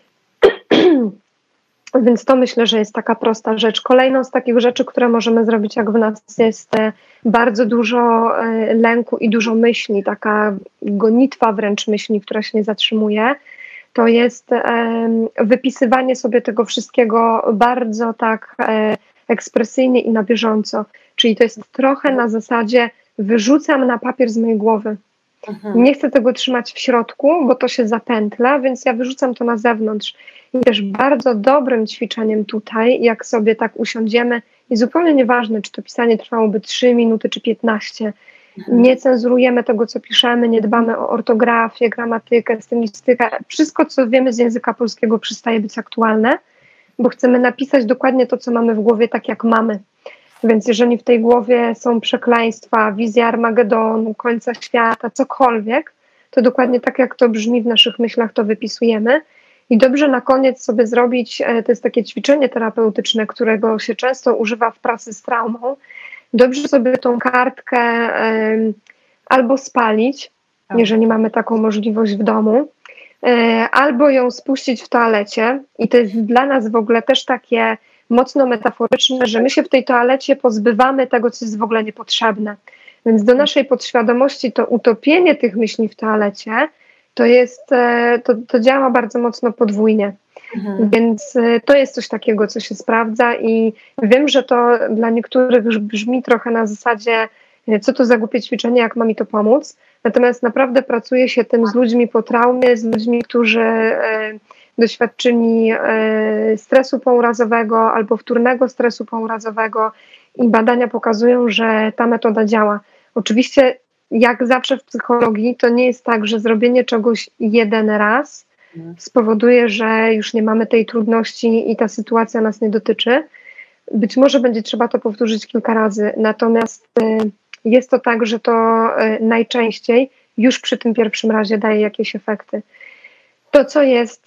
Więc to myślę, że jest taka prosta rzecz. Kolejną z takich rzeczy, które możemy zrobić, jak w nas jest e, bardzo dużo e, lęku i dużo myśli, taka gonitwa wręcz myśli, która się nie zatrzymuje, to jest e, wypisywanie sobie tego wszystkiego bardzo tak e, ekspresyjnie i na bieżąco. Czyli to jest trochę na zasadzie wyrzucam na papier z mojej głowy. Mhm. Nie chcę tego trzymać w środku, bo to się zapętla, więc ja wyrzucam to na zewnątrz. I też bardzo dobrym ćwiczeniem tutaj, jak sobie tak usiądziemy, i zupełnie nieważne, czy to pisanie trwałoby trzy minuty czy piętnaście. Mhm. Nie cenzurujemy tego, co piszemy, nie dbamy o ortografię, gramatykę, stylistykę. Wszystko, co wiemy z języka polskiego, przestaje być aktualne, bo chcemy napisać dokładnie to, co mamy w głowie, tak jak mamy. Więc jeżeli w tej głowie są przekleństwa, wizja Armagedonu, końca świata, cokolwiek, to dokładnie tak jak to brzmi w naszych myślach, to wypisujemy. I dobrze na koniec sobie zrobić, to jest takie ćwiczenie terapeutyczne, którego się często używa w pracy z traumą, dobrze sobie tą kartkę um, albo spalić, jeżeli mamy taką możliwość w domu, um, albo ją spuścić w toalecie. I to jest dla nas w ogóle też takie mocno metaforyczne, że my się w tej toalecie pozbywamy tego, co jest w ogóle niepotrzebne. Więc do naszej podświadomości to utopienie tych myśli w toalecie, to jest, to, to działa bardzo mocno podwójnie. Mhm. Więc to jest coś takiego, co się sprawdza i wiem, że to dla niektórych brzmi trochę na zasadzie, co to za głupie ćwiczenie, jak ma mi to pomóc. Natomiast naprawdę pracuje się tym z ludźmi po traumie, z ludźmi, którzy doświadczyli stresu pourazowego albo wtórnego stresu pourazowego i badania pokazują, że ta metoda działa. Oczywiście jak zawsze w psychologii to nie jest tak, że zrobienie czegoś jeden raz spowoduje, że już nie mamy tej trudności i ta sytuacja nas nie dotyczy. Być może będzie trzeba to powtórzyć kilka razy, natomiast jest to tak, że to najczęściej już przy tym pierwszym razie daje jakieś efekty. To, co jest...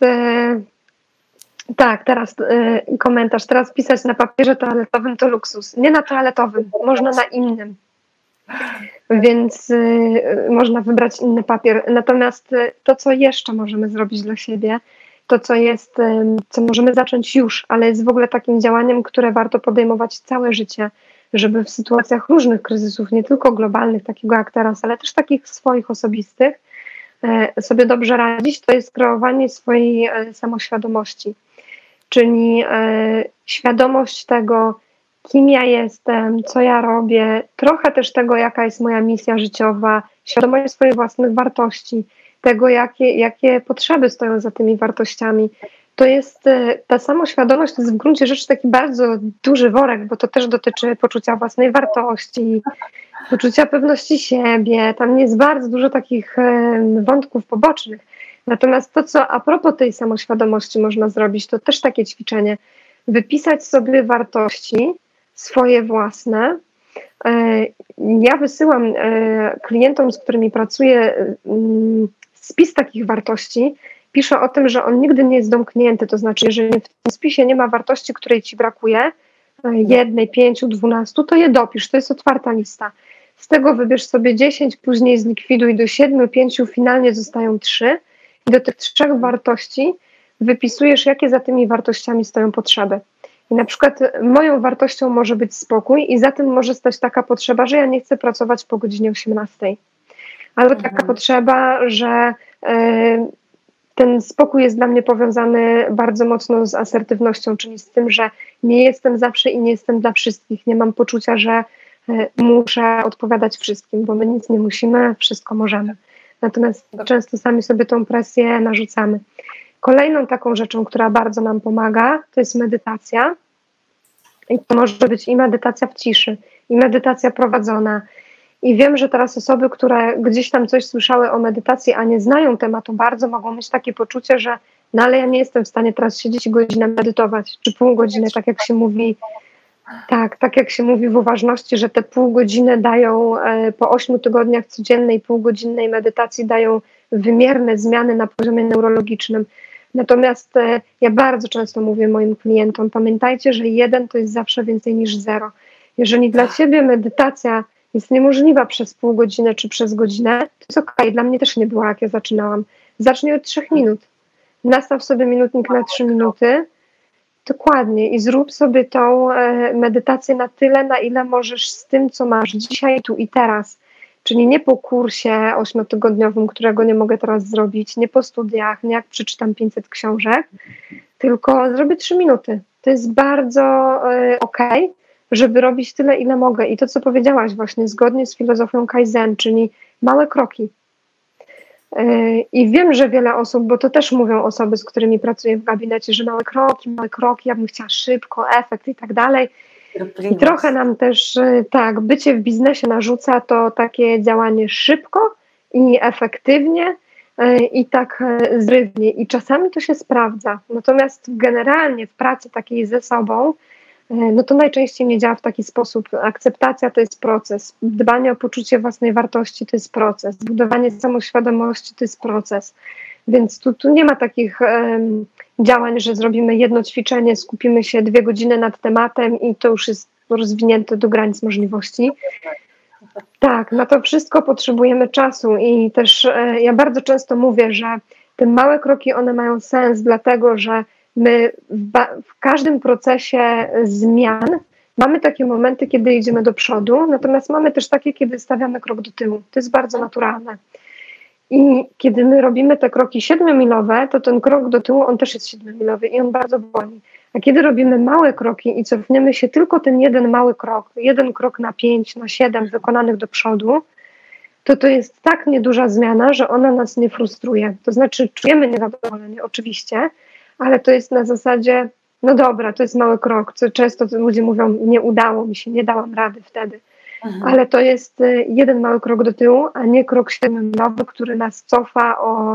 Tak, teraz komentarz. Teraz pisać na papierze toaletowym to luksus. Nie na toaletowym, można na innym. Więc y, można wybrać inny papier. Natomiast y, to, co jeszcze możemy zrobić dla siebie, to, co jest, y, co możemy zacząć już, ale jest w ogóle takim działaniem, które warto podejmować całe życie, żeby w sytuacjach różnych kryzysów, nie tylko globalnych, takiego jak teraz, ale też takich swoich osobistych, y, sobie dobrze radzić, to jest kreowanie swojej y, samoświadomości. Czyli y, świadomość tego, kim ja jestem, co ja robię, trochę też tego, jaka jest moja misja życiowa, świadomość swoich własnych wartości, tego, jakie, jakie potrzeby stoją za tymi wartościami. To jest, ta samoświadomość to jest w gruncie rzeczy taki bardzo duży worek, bo to też dotyczy poczucia własnej wartości, poczucia pewności siebie, tam jest bardzo dużo takich wątków pobocznych. Natomiast to, co a propos tej samoświadomości można zrobić, to też takie ćwiczenie, wypisać sobie wartości, swoje własne. Ja wysyłam klientom, z którymi pracuję, spis takich wartości. Piszę o tym, że on nigdy nie jest domknięty, to znaczy, jeżeli w tym spisie nie ma wartości, której ci brakuje, jednej, pięciu, dwunastu, to je dopisz, to jest otwarta lista. Z tego wybierz sobie dziesięć, później zlikwiduj do siedmiu, pięciu, finalnie zostają trzy i do tych trzech wartości wypisujesz, jakie za tymi wartościami stoją potrzeby. I na przykład moją wartością może być spokój i za tym może stać taka potrzeba, że ja nie chcę pracować po godzinie osiemnastej. Albo taka mhm. potrzeba, że y, ten spokój jest dla mnie powiązany bardzo mocno z asertywnością, czyli z tym, że nie jestem zawsze i nie jestem dla wszystkich. Nie mam poczucia, że y, muszę odpowiadać wszystkim, bo my nic nie musimy, wszystko możemy. Natomiast często sami sobie tą presję narzucamy. Kolejną taką rzeczą, która bardzo nam pomaga, to jest medytacja. I to może być i medytacja w ciszy, i medytacja prowadzona. I wiem, że teraz osoby, które gdzieś tam coś słyszały o medytacji, a nie znają tematu bardzo, mogą mieć takie poczucie, że no ale ja nie jestem w stanie teraz siedzieć i godzinę medytować, czy pół godziny, tak jak się mówi, tak, tak jak się mówi w uważności, że te pół godziny dają e, po ośmiu tygodniach codziennej półgodzinnej medytacji dają wymierne zmiany na poziomie neurologicznym. Natomiast e, ja bardzo często mówię moim klientom, pamiętajcie, że jeden to jest zawsze więcej niż zero. Jeżeli dla ciebie medytacja jest niemożliwa przez pół godziny czy przez godzinę, to jest okej, okay. Dla mnie też nie było, jak ja zaczynałam. Zacznij od trzech minut. Nastaw sobie minutnik na trzy minuty, dokładnie, i zrób sobie tą e, medytację na tyle, na ile możesz z tym, co masz dzisiaj, tu i teraz. Czyli nie po kursie ośmiotygodniowym, którego nie mogę teraz zrobić, nie po studiach, nie jak przeczytam pięćset książek, tylko zrobię trzy minuty. To jest bardzo e, okej, okay, żeby robić tyle, ile mogę. I to, co powiedziałaś właśnie, zgodnie z filozofią Kaizen, czyli małe kroki. I wiem, że wiele osób, bo to też mówią osoby, z którymi pracuję w gabinecie, że małe kroki, małe kroki, ja bym chciała szybko, efekt i tak dalej. I trochę nam też, tak, bycie w biznesie narzuca to takie działanie szybko i efektywnie i tak zrywnie. I czasami to się sprawdza. Natomiast generalnie w pracy takiej ze sobą, no to najczęściej nie działa w taki sposób. Akceptacja to jest proces, dbanie o poczucie własnej wartości to jest proces, budowanie samoświadomości to jest proces. Więc tu, tu nie ma takich um, działań, że zrobimy jedno ćwiczenie, skupimy się dwie godziny nad tematem i to już jest rozwinięte do granic możliwości. Tak, na to wszystko potrzebujemy czasu i też e, ja bardzo często mówię, że te małe kroki, one mają sens, dlatego że my w, w każdym procesie zmian mamy takie momenty, kiedy idziemy do przodu, natomiast mamy też takie, kiedy stawiamy krok do tyłu. To jest bardzo naturalne. I kiedy my robimy te kroki siedmiomilowe, to ten krok do tyłu, on też jest siedmiomilowy i on bardzo boli. A kiedy robimy małe kroki i cofniemy się tylko ten jeden mały krok, jeden krok na pięć, na siedem wykonanych do przodu, to to jest tak nieduża zmiana, że ona nas nie frustruje. To znaczy czujemy niezadowolenie oczywiście, ale to jest na zasadzie, no dobra, to jest mały krok, co często ludzie mówią, nie udało mi się, nie dałam rady wtedy, mhm. ale to jest jeden mały krok do tyłu, a nie krok siedmiomilowy, który nas cofa o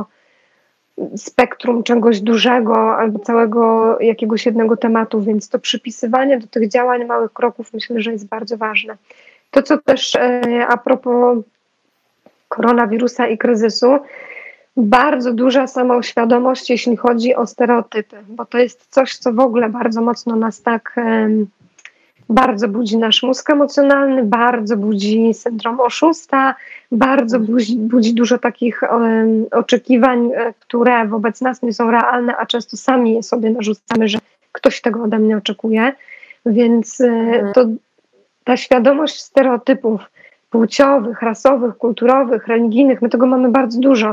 spektrum czegoś dużego albo całego jakiegoś jednego tematu, więc to przypisywanie do tych działań małych kroków myślę, że jest bardzo ważne. To, co też e, a propos koronawirusa i kryzysu, bardzo duża samoświadomość, jeśli chodzi o stereotypy, bo to jest coś, co w ogóle bardzo mocno nas tak e, bardzo budzi nasz mózg emocjonalny, bardzo budzi syndrom oszusta, bardzo budzi, budzi dużo takich um, oczekiwań, które wobec nas nie są realne, a często sami je sobie narzucamy, że ktoś tego ode mnie oczekuje. Więc mhm. to, ta świadomość stereotypów płciowych, rasowych, kulturowych, religijnych, my tego mamy bardzo dużo.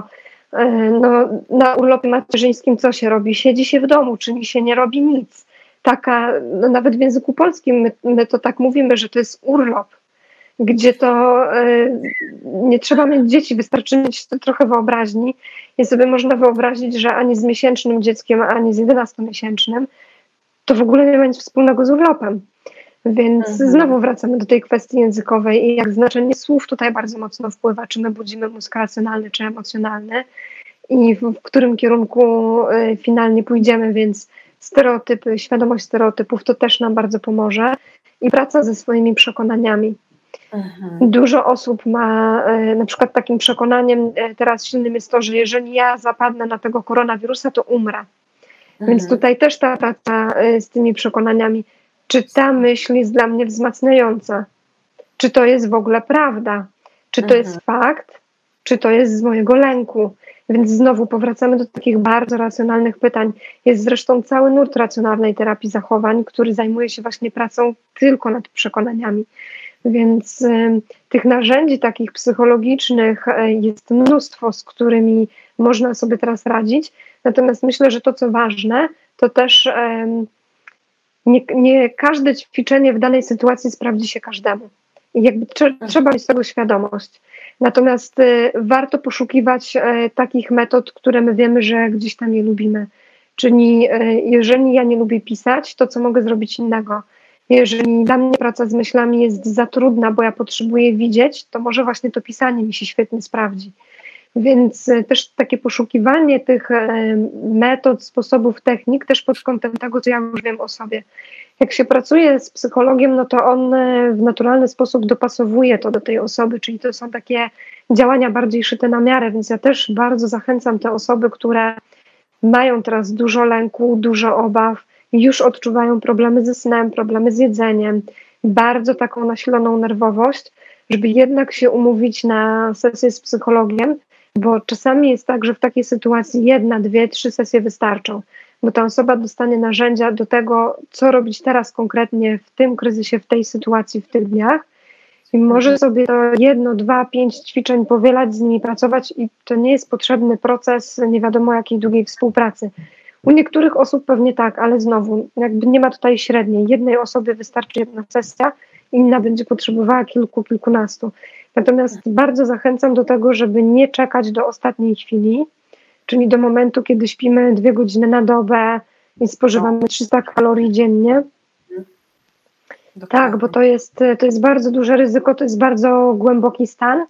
No, na urlopie macierzyńskim co się robi? Siedzi się w domu, czyli się nie robi nic. Taka, no nawet w języku polskim my, my to tak mówimy, że to jest urlop, gdzie to y, nie trzeba mieć dzieci, wystarczy mieć trochę wyobraźni i sobie można wyobrazić, że ani z miesięcznym dzieckiem, ani z jedenastomiesięcznym to w ogóle nie ma nic wspólnego z urlopem. Więc mhm. znowu wracamy do tej kwestii językowej i jak znaczenie słów tutaj bardzo mocno wpływa, czy my budzimy mózg racjonalny, czy emocjonalny i w, w którym kierunku y, finalnie pójdziemy, więc stereotypy, świadomość stereotypów to też nam bardzo pomoże i praca ze swoimi przekonaniami. Mhm. Dużo osób ma e, na przykład takim przekonaniem e, teraz silnym jest to, że jeżeli ja zapadnę na tego koronawirusa, to umrę. Mhm. Więc tutaj też ta praca e, z tymi przekonaniami, czy ta myśl jest dla mnie wzmacniająca, czy to jest w ogóle prawda, czy to mhm. jest fakt, czy to jest z mojego lęku. Więc znowu powracamy do takich bardzo racjonalnych pytań. Jest zresztą cały nurt racjonalnej terapii zachowań, który zajmuje się właśnie pracą tylko nad przekonaniami. Więc y, tych narzędzi takich psychologicznych y, jest mnóstwo, z którymi można sobie teraz radzić. Natomiast myślę, że to co ważne, to też y, nie, nie każde ćwiczenie w danej sytuacji sprawdzi się każdemu. I jakby tr- trzeba mieć tego świadomość. Natomiast y, warto poszukiwać y, takich metod, które my wiemy, że gdzieś tam je lubimy. Czyli y, jeżeli ja nie lubię pisać, to co mogę zrobić innego? Jeżeli dla mnie praca z myślami jest za trudna, bo ja potrzebuję widzieć, to może właśnie to pisanie mi się świetnie sprawdzi. Więc y, też takie poszukiwanie tych y, metod, sposobów, technik też pod kątem tego, co ja już wiem o sobie. Jak się pracuje z psychologiem, no to on w naturalny sposób dopasowuje to do tej osoby, czyli to są takie działania bardziej szyte na miarę, więc ja też bardzo zachęcam te osoby, które mają teraz dużo lęku, dużo obaw, już odczuwają problemy ze snem, problemy z jedzeniem, bardzo taką nasiloną nerwowość, żeby jednak się umówić na sesję z psychologiem, bo czasami jest tak, że w takiej sytuacji jedna, dwie, trzy sesje wystarczą, bo ta osoba dostanie narzędzia do tego, co robić teraz konkretnie w tym kryzysie, w tej sytuacji, w tych dniach i może sobie to jedno, dwa, pięć ćwiczeń powielać, z nimi pracować i to nie jest potrzebny proces nie wiadomo jakiej długiej współpracy. U niektórych osób pewnie tak, ale znowu jakby nie ma tutaj średniej. Jednej osobie wystarczy jedna sesja, inna będzie potrzebowała kilku, kilkunastu. Natomiast bardzo zachęcam do tego, żeby nie czekać do ostatniej chwili, czyli do momentu, kiedy śpimy dwie godziny na dobę i spożywamy trzysta kalorii dziennie. Dokładnie. Tak, bo to jest, to jest bardzo duże ryzyko, to jest bardzo głęboki stan.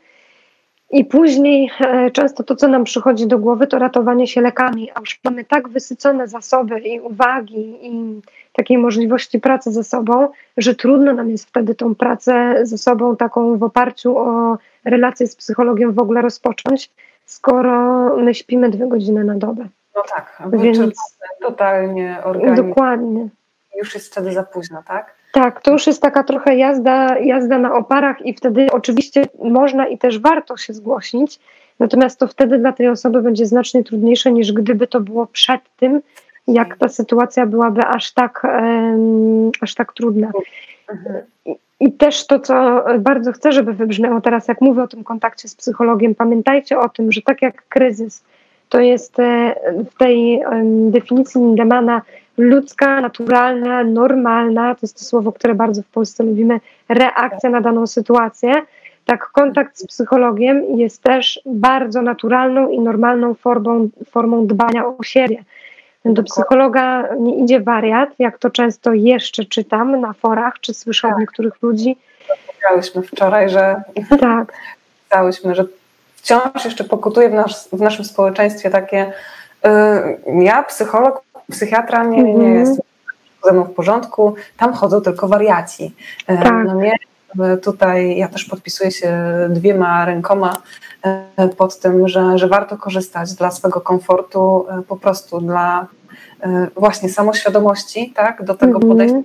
I później e, często to, co nam przychodzi do głowy, to ratowanie się lekami, a już mamy tak wysycone zasoby i uwagi i takiej możliwości pracy ze sobą, że trudno nam jest wtedy tą pracę ze sobą taką w oparciu o relację z psychologiem w ogóle rozpocząć, skoro my śpimy dwie godziny na dobę. No tak, więc totalnie organizm. Dokładnie. Już jest wtedy za późno, tak? Tak, to już jest taka trochę jazda, jazda na oparach i wtedy oczywiście można i też warto się zgłosić, natomiast to wtedy dla tej osoby będzie znacznie trudniejsze niż gdyby to było przed tym, jak ta sytuacja byłaby aż tak, um, aż tak trudna. Mhm. I, I też to, co bardzo chcę, żeby wybrzmiało teraz, jak mówię o tym kontakcie z psychologiem, pamiętajcie o tym, że tak jak kryzys, to jest w tej um, definicji Lindemana ludzka, naturalna, normalna, to jest to słowo, które bardzo w Polsce lubimy, reakcja na daną sytuację. Tak, kontakt z psychologiem jest też bardzo naturalną i normalną formą, formą dbania o siebie. Do psychologa nie idzie wariat, jak to często jeszcze czytam na forach, czy słyszę od niektórych ludzi. Powiedziałyśmy wczoraj, że tak. Pisałyśmy, że wciąż jeszcze pokutuje w, nas, w naszym społeczeństwie takie yy, ja, psycholog, psychiatra nie, nie mm-hmm. jest ze mną w porządku, tam chodzą tylko wariaci. Yy, tak. No nie, tutaj ja też podpisuję się dwiema rękoma yy, pod tym, że, że warto korzystać dla swego komfortu, yy, po prostu dla yy, właśnie samoświadomości, tak, do tego mm-hmm. podejścia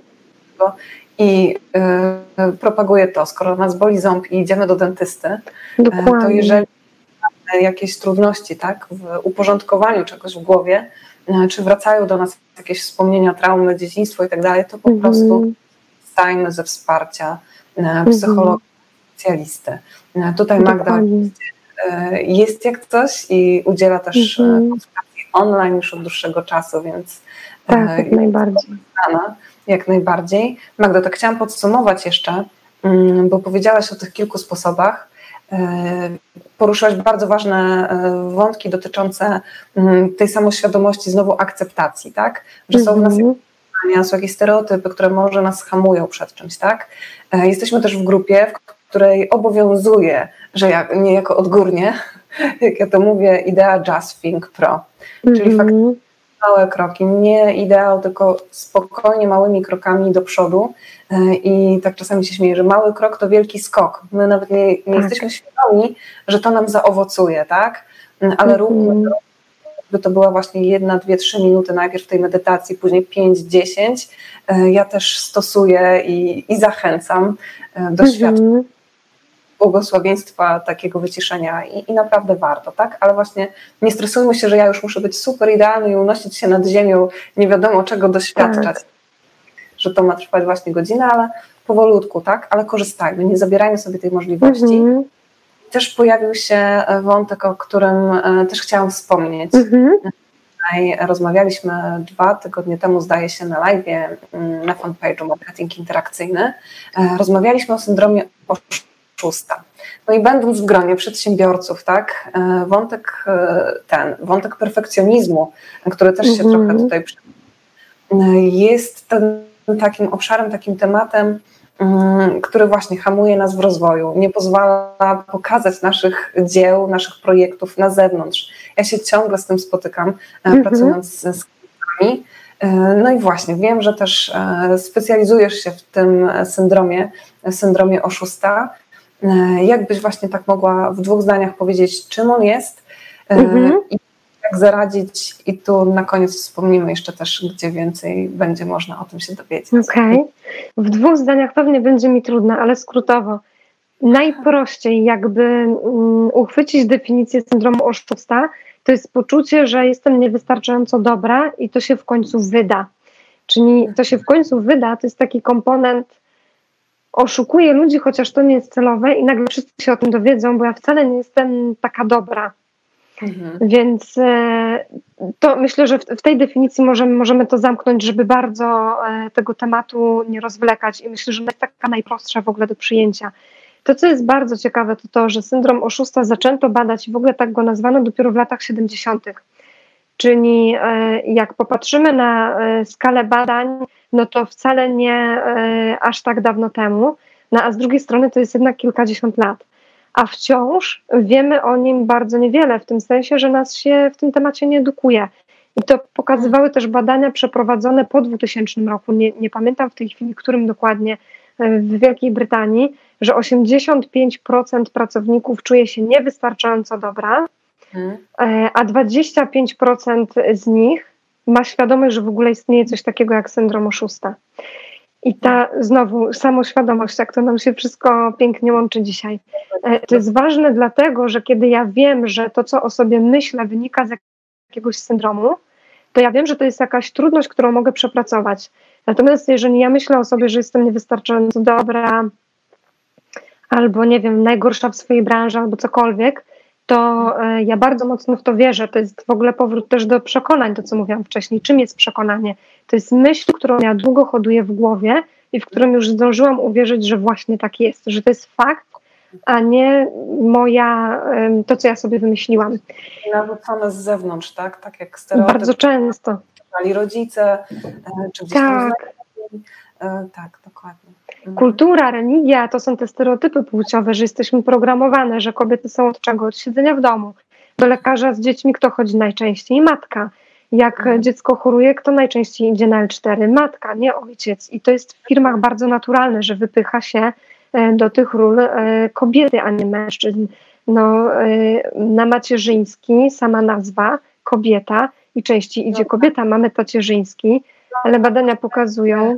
i y, propaguję to, skoro nas boli ząb i idziemy do dentysty, Dokładnie. to jeżeli mamy jakieś trudności, tak, w uporządkowaniu czegoś w głowie, y, czy wracają do nas jakieś wspomnienia, traumy, dzieciństwo i tak dalej, to po mm-hmm. prostu stajmy ze wsparcia y, psychologa, mm-hmm. specjalisty. Y, tutaj Magda y, jest jak coś i udziela też mm-hmm. konsultacji online już od dłuższego czasu, więc tak, jak najbardziej. Jak najbardziej. Magdo, tak chciałam podsumować jeszcze, bo powiedziałaś o tych kilku sposobach. Poruszyłaś bardzo ważne wątki dotyczące tej samoświadomości, znowu akceptacji, tak? Że są w nas jakieś, są jakieś stereotypy, które może nas hamują przed czymś, tak? Jesteśmy też w grupie, w której obowiązuje, że ja niejako odgórnie, jak ja to mówię, idea Just Think Pro, mm-hmm. czyli faktycznie małe kroki, nie ideał, tylko spokojnie, małymi krokami do przodu i tak czasami się śmieję, że mały krok to wielki skok. My nawet nie, nie tak. jesteśmy świadomi, że to nam zaowocuje, tak? Ale mm-hmm. róbmy to, by to była właśnie jedna, dwie, trzy minuty najpierw w tej medytacji, później pięć, dziesięć. Ja też stosuję i, i zachęcam do mm-hmm. świadczenia błogosławieństwa takiego wyciszenia i, i naprawdę warto, tak? Ale właśnie nie stresujmy się, że ja już muszę być super idealny i unosić się nad ziemią, nie wiadomo czego doświadczać, tak. że to ma trwać właśnie godzinę, ale powolutku, tak? Ale korzystajmy, nie zabierajmy sobie tej możliwości. Mm-hmm. Też pojawił się wątek, o którym też chciałam wspomnieć. Mm-hmm. Tutaj rozmawialiśmy dwa tygodnie temu, zdaje się, na live'ie na fanpage'u Marketing Interakcyjny. Rozmawialiśmy o syndromie oszusta. No i będąc w gronie przedsiębiorców, tak, wątek ten, wątek perfekcjonizmu, który też się mm-hmm. trochę tutaj jest ten, takim obszarem, takim tematem, który właśnie hamuje nas w rozwoju, nie pozwala pokazać naszych dzieł, naszych projektów na zewnątrz. Ja się ciągle z tym spotykam, mm-hmm. pracując z klientami. No i właśnie, wiem, że też specjalizujesz się w tym syndromie, syndromie oszusta. Jak byś właśnie tak mogła w dwóch zdaniach powiedzieć, czym on jest mm-hmm. i jak zaradzić, i tu na koniec wspomnimy jeszcze też, gdzie więcej będzie można o tym się dowiedzieć. Okej. Okay. W dwóch zdaniach pewnie będzie mi trudno, ale skrótowo. Najprościej jakby uchwycić definicję syndromu oszusta, to jest poczucie, że jestem niewystarczająco dobra i to się w końcu wyda. Czyli to się w końcu wyda, to jest taki komponent, oszukuję ludzi, chociaż to nie jest celowe i nagle wszyscy się o tym dowiedzą, bo ja wcale nie jestem taka dobra. Mhm. Więc e, to myślę, że w, w tej definicji możemy, możemy to zamknąć, żeby bardzo e, tego tematu nie rozwlekać i myślę, że to jest taka najprostsza w ogóle do przyjęcia. To, co jest bardzo ciekawe, to to, że syndrom oszusta zaczęto badać i w ogóle tak go nazwano dopiero w latach siedemdziesiątych. Czyli e, jak popatrzymy na e, skalę badań, no to wcale nie e, aż tak dawno temu, no a z drugiej strony to jest jednak kilkadziesiąt lat. A wciąż wiemy o nim bardzo niewiele, w tym sensie, że nas się w tym temacie nie edukuje. I to pokazywały też badania przeprowadzone po dwutysięcznym roku, nie, nie pamiętam w tej chwili, którym dokładnie, w Wielkiej Brytanii, że osiemdziesiąt pięć procent pracowników czuje się niewystarczająco dobra, hmm. a dwadzieścia pięć procent z nich ma świadomość, że w ogóle istnieje coś takiego jak syndrom oszusta. I ta znowu samoświadomość, jak to nam się wszystko pięknie łączy dzisiaj. To jest ważne dlatego, że kiedy ja wiem, że to, co o sobie myślę, wynika z jakiegoś syndromu, to ja wiem, że to jest jakaś trudność, którą mogę przepracować. Natomiast jeżeli ja myślę o sobie, że jestem niewystarczająco dobra, albo nie wiem, najgorsza w swojej branży, albo cokolwiek, to ja bardzo mocno w to wierzę. To jest w ogóle powrót też do przekonań, to co mówiłam wcześniej. Czym jest przekonanie? To jest myśl, którą ja długo hoduję w głowie i w którą już zdążyłam uwierzyć, że właśnie tak jest, że to jest fakt, a nie moja, to co ja sobie wymyśliłam. Narzucone z zewnątrz, tak? Tak jak stereotyp. Bardzo często. wdrażali rodzice, czy gdzieś tam Tak. znajomi. Tak, dokładnie. Kultura, religia to są te stereotypy płciowe, że jesteśmy programowane, że kobiety są od czego? Od siedzenia w domu. Do lekarza z dziećmi kto chodzi najczęściej? Matka. Jak mhm. dziecko choruje, kto najczęściej idzie na el cztery? Matka, nie ojciec. I to jest w firmach bardzo naturalne, że wypycha się do tych ról kobiety, a nie mężczyzn. No, na macierzyński sama nazwa kobieta i częściej idzie kobieta. Mamy tacierzyński, ale badania pokazują...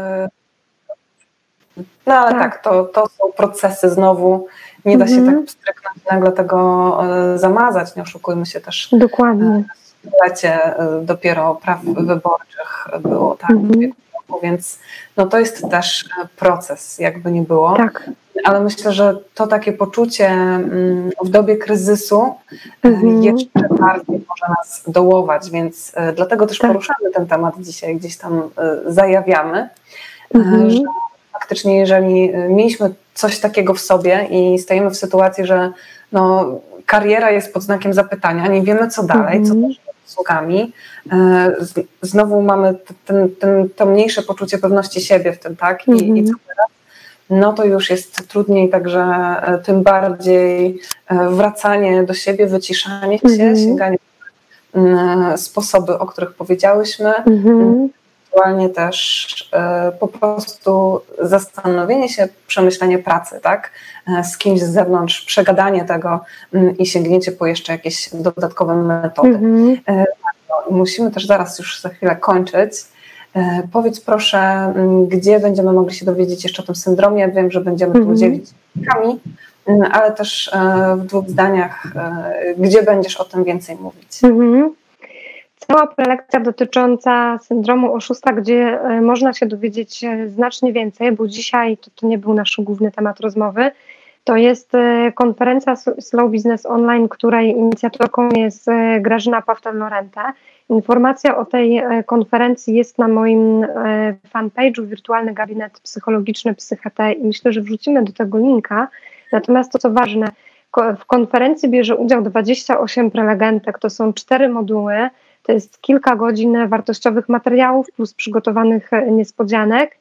No ale tak, tak to, to są procesy znowu, nie da się mm-hmm. tak stryknąć nagle tego e, zamazać, nie oszukujmy się też. Dokładnie. W lecie e, dopiero praw wyborczych było, tak, mm-hmm. więc no to jest też proces, jakby nie było. Tak. Ale myślę, że to takie poczucie m, w dobie kryzysu mm-hmm. jeszcze bardziej może nas dołować, więc e, dlatego też tak. poruszamy ten temat dzisiaj, gdzieś tam e, zajawiamy, mm-hmm. e, że faktycznie, jeżeli mieliśmy coś takiego w sobie i stajemy w sytuacji, że no, kariera jest pod znakiem zapytania, nie wiemy co dalej, mm-hmm. co też z usługami, znowu mamy ten, ten, to mniejsze poczucie pewności siebie w tym, tak? I, mm-hmm. i co teraz? No to już jest trudniej, także tym bardziej wracanie do siebie, wyciszanie się, mm-hmm. sięganie sposoby, o których powiedziałyśmy, mm-hmm. ewentualnie też y, po prostu zastanowienie się, przemyślenie pracy, tak? Z kimś z zewnątrz, przegadanie tego y, i sięgnięcie po jeszcze jakieś dodatkowe metody. Mm-hmm. Y, no, musimy też zaraz już za chwilę kończyć. Y, powiedz proszę, y, gdzie będziemy mogli się dowiedzieć jeszcze o tym syndromie? Wiem, że będziemy mm-hmm. tu dzielić linkami, y, ale też y, w dwóch zdaniach, y, gdzie będziesz o tym więcej mówić? Mm-hmm. Cała prelekcja dotycząca syndromu oszusta, gdzie można się dowiedzieć znacznie więcej, bo dzisiaj to, to nie był nasz główny temat rozmowy, to jest konferencja Slow Business Online, której inicjatorką jest Grażyna Pawtel-Lorente. Informacja o tej konferencji jest na moim fanpage'u Wirtualny Gabinet Psychologiczny Psychetę i myślę, że wrzucimy do tego linka. Natomiast to, co ważne, w konferencji bierze udział dwadzieścia osiem prelegentek, to są cztery moduły. To jest kilka godzin wartościowych materiałów plus przygotowanych niespodzianek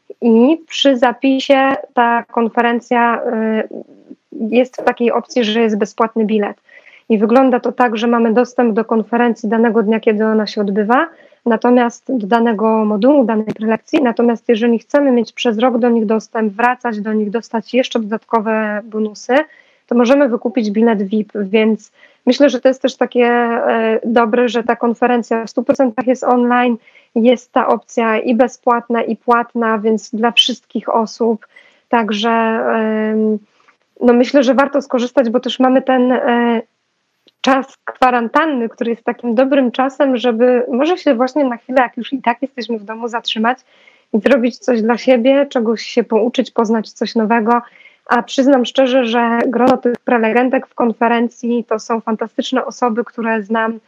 i przy zapisie ta konferencja jest w takiej opcji, że jest bezpłatny bilet. I wygląda to tak, że mamy dostęp do konferencji danego dnia, kiedy ona się odbywa, natomiast do danego modułu, danej prelekcji, natomiast jeżeli chcemy mieć przez rok do nich dostęp, wracać do nich, dostać jeszcze dodatkowe bonusy, to możemy wykupić bilet V I P, więc myślę, że to jest też takie e, dobre, że ta konferencja w stu procentach jest online, jest ta opcja i bezpłatna, i płatna, więc dla wszystkich osób, także e, no myślę, że warto skorzystać, bo też mamy ten e, czas kwarantanny, który jest takim dobrym czasem, żeby może się właśnie na chwilę, jak już i tak jesteśmy w domu, zatrzymać i zrobić coś dla siebie, czegoś się pouczyć, poznać coś nowego. A przyznam szczerze, że grono tych prelegentek w konferencji to są fantastyczne osoby, które znam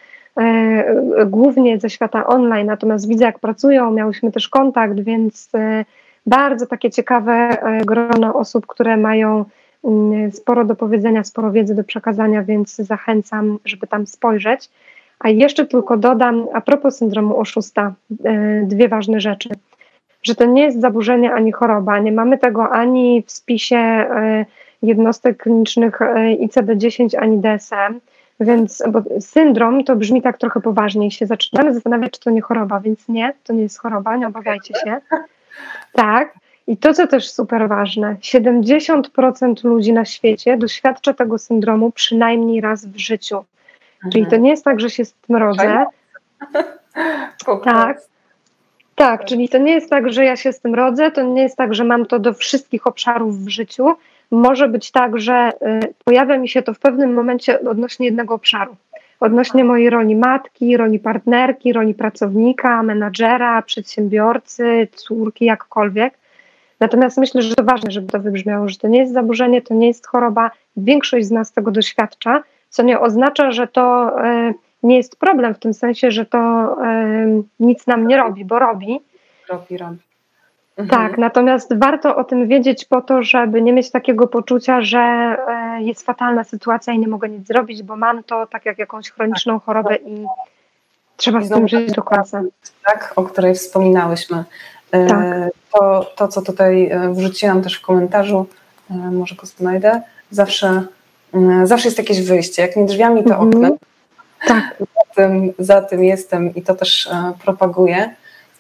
e, głównie ze świata online, natomiast widzę, jak pracują, miałyśmy też kontakt, więc e, bardzo takie ciekawe e, grono osób, które mają m, sporo do powiedzenia, sporo wiedzy do przekazania, więc zachęcam, żeby tam spojrzeć. A jeszcze tylko dodam, a propos syndromu oszusta, e, dwie ważne rzeczy. Że to nie jest zaburzenie ani choroba. Nie mamy tego ani w spisie jednostek klinicznych I C D dziesięć, ani D S M, więc bo syndrom to brzmi tak trochę poważniej. Się zaczynamy zastanawiać, czy to nie choroba, więc nie, to nie jest choroba, nie obawiajcie się. Tak. I to, co też super ważne, siedemdziesiąt procent ludzi na świecie doświadcza tego syndromu przynajmniej raz w życiu. Mhm. Czyli to nie jest tak, że się z tym rodzę. Tak. Tak, czyli to nie jest tak, że ja się z tym rodzę, to nie jest tak, że mam to do wszystkich obszarów w życiu. Może być tak, że y, pojawia mi się to w pewnym momencie odnośnie jednego obszaru. Odnośnie mojej roli matki, roli partnerki, roli pracownika, menadżera, przedsiębiorcy, córki, jakkolwiek. Natomiast myślę, że to ważne, żeby to wybrzmiało, że to nie jest zaburzenie, to nie jest choroba. Większość z nas tego doświadcza, co nie oznacza, że to... Y, nie jest problem w tym sensie, że to y, nic nam nie robi, bo robi. Robi, robi. Mhm. Tak, natomiast warto o tym wiedzieć po to, żeby nie mieć takiego poczucia, że y, jest fatalna sytuacja i nie mogę nic zrobić, bo mam to tak jak jakąś chroniczną chorobę i Trzeba z tym żyć do końca. Tak, o której wspominałyśmy. Tak. To, to, co tutaj wrzuciłam też w komentarzu, może go znajdę, zawsze, zawsze jest jakieś wyjście. Jak nie drzwiami, to Mhm. oknem. Tak. Za tym, za tym jestem i to też propaguję.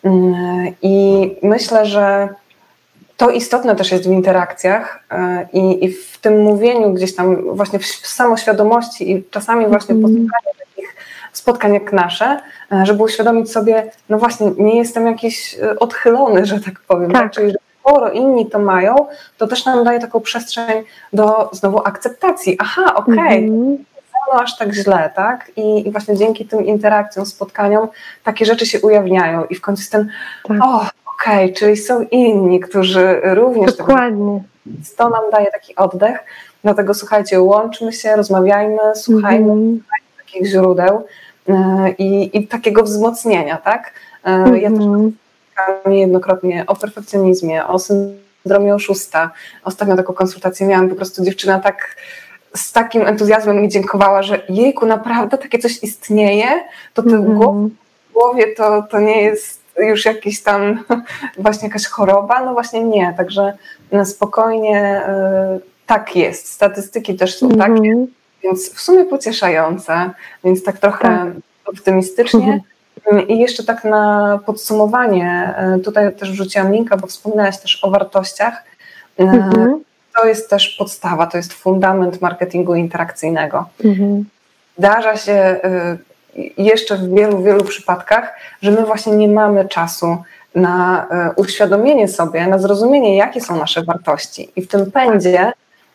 I myślę, że to istotne też jest w interakcjach i, i w tym mówieniu gdzieś tam właśnie w samoświadomości i czasami właśnie mm. posłuchaniu takich spotkań jak nasze, żeby uświadomić sobie, no właśnie, nie jestem jakiś odchylony, że tak powiem. Tak. Czyli, że skoro inni to mają, to też nam daje taką przestrzeń do znowu akceptacji. Aha, okej, okay, mm. no aż tak źle, tak? I, I właśnie dzięki tym interakcjom, spotkaniom takie rzeczy się ujawniają i w końcu jest ten, tak. o, okej, okay, czyli są inni, którzy również... Dokładnie. Tego, to nam daje taki oddech, dlatego słuchajcie, łączmy się, rozmawiajmy, słuchajmy mm. takich źródeł yy, i, i takiego wzmocnienia, tak? Yy, mm. Ja też mówiłam niejednokrotnie o perfekcjonizmie, o syndromie oszusta. Ostatnio taką konsultację miałam, po prostu dziewczyna tak z takim entuzjazmem mi dziękowała, że jejku, naprawdę takie coś istnieje, to te mm. głowy, w głowie to, to nie jest już jakiś tam właśnie jakaś choroba, no właśnie nie, także spokojnie y, tak jest, statystyki też są mm-hmm. takie, więc w sumie pocieszające, więc tak trochę tak. optymistycznie mm-hmm. i jeszcze tak na podsumowanie, tutaj też wrzuciłam linka, bo wspominałaś też o wartościach, mm-hmm. to jest też podstawa, to jest fundament marketingu interakcyjnego. Mm-hmm. Zdarza się y, jeszcze w wielu, wielu przypadkach, że my właśnie nie mamy czasu na uświadomienie sobie, na zrozumienie, jakie są nasze wartości. I w tym pędzie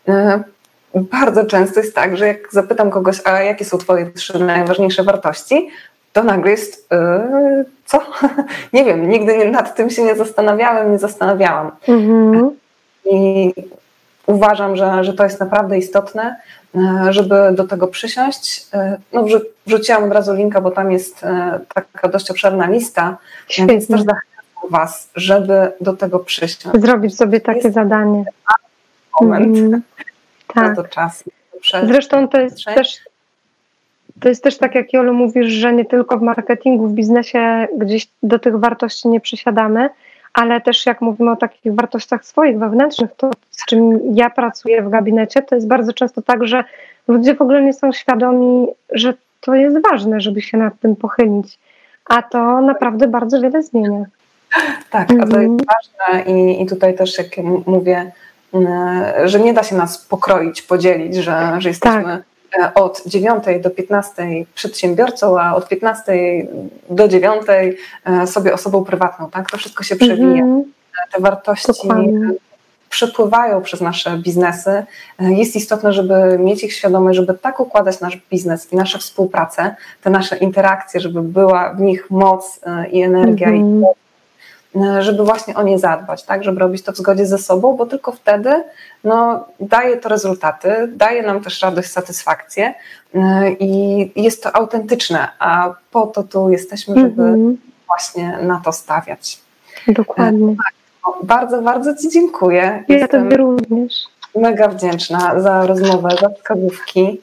bardzo często jest tak, że jak zapytam kogoś, a jakie są twoje trzy najważniejsze wartości, to nagle jest, yy, co? Nie wiem, nigdy nad tym się nie zastanawiałem, nie zastanawiałam. Mhm. I uważam, że, że to jest naprawdę istotne, żeby do tego przysiąść. No, wrzuciłam od razu linka, bo tam jest taka dość obszerna lista, Świetnie. Więc też zachęcam was, żeby do tego przysiąść. Zrobić sobie takie jest zadanie. Moment. Mm, tak. To czas. Zresztą to jest też to jest też tak, jak Jolu mówisz, że nie tylko w marketingu, w biznesie gdzieś do tych wartości nie przysiadamy, ale też jak mówimy o takich wartościach swoich, wewnętrznych, to z czym ja pracuję w gabinecie, to jest bardzo często tak, że ludzie w ogóle nie są świadomi, że to jest ważne, żeby się nad tym pochylić, a to naprawdę bardzo wiele zmienia. Tak, a to jest ważne i, i tutaj też jak mówię, że nie da się nas pokroić, podzielić, że, że jesteśmy tak. od dziewiątej do piętnastej przedsiębiorcą, a od piętnastej do dziewiątej sobie osobą prywatną, tak? To wszystko się przewija. Mm-hmm. Te wartości Dokładnie. przepływają przez nasze biznesy. Jest istotne, żeby mieć ich świadomość, żeby tak układać nasz biznes i nasze współpracę, te nasze interakcje, żeby była w nich moc i energia mm-hmm. i żeby właśnie o nie zadbać, tak, żeby robić to w zgodzie ze sobą, bo tylko wtedy no, daje to rezultaty, daje nam też radość, satysfakcję i jest to autentyczne, a po to tu jesteśmy, żeby mm-hmm. właśnie na to stawiać. Dokładnie. Tak, bardzo, bardzo ci dziękuję. Ja Jestem tobie również. Mega wdzięczna za rozmowę, za wskazówki.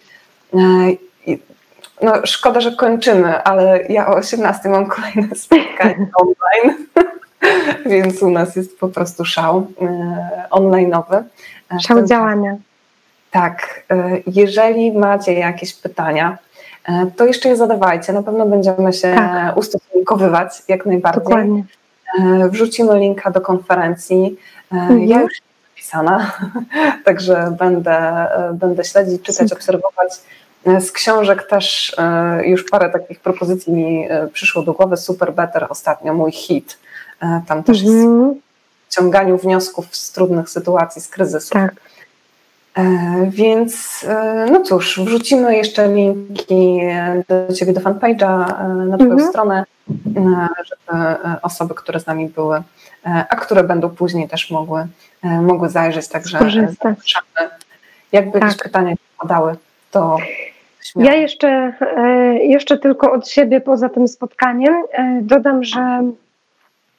No, szkoda, że kończymy, ale ja o osiemnastej mam kolejne spotkanie online. Więc u nas jest po prostu szał e, online'owy. Szał działania. Tak. E, jeżeli macie jakieś pytania, e, to jeszcze je zadawajcie. Na pewno będziemy się tak. ustosunkowywać jak najbardziej. Dokładnie. E, wrzucimy linka do konferencji. E, mhm. Ja już jestem zapisana, także będę, będę śledzić, czytać, Super. obserwować. Z książek też e, już parę takich propozycji mi przyszło do głowy. Super Better ostatnio, mój hit. Tam też jest mm-hmm. w ciąganiu wniosków z trudnych sytuacji, z kryzysu. Tak. E, więc e, no cóż, wrzucimy jeszcze linki do ciebie, do fanpage'a, na twoją mm-hmm. stronę, e, żeby osoby, które z nami były, e, a które będą później też mogły, e, mogły zajrzeć, także zapraszamy. Jakby tak. jakieś pytania padały, to śmiało. Ja jeszcze, e, jeszcze tylko od siebie poza tym spotkaniem e, dodam, że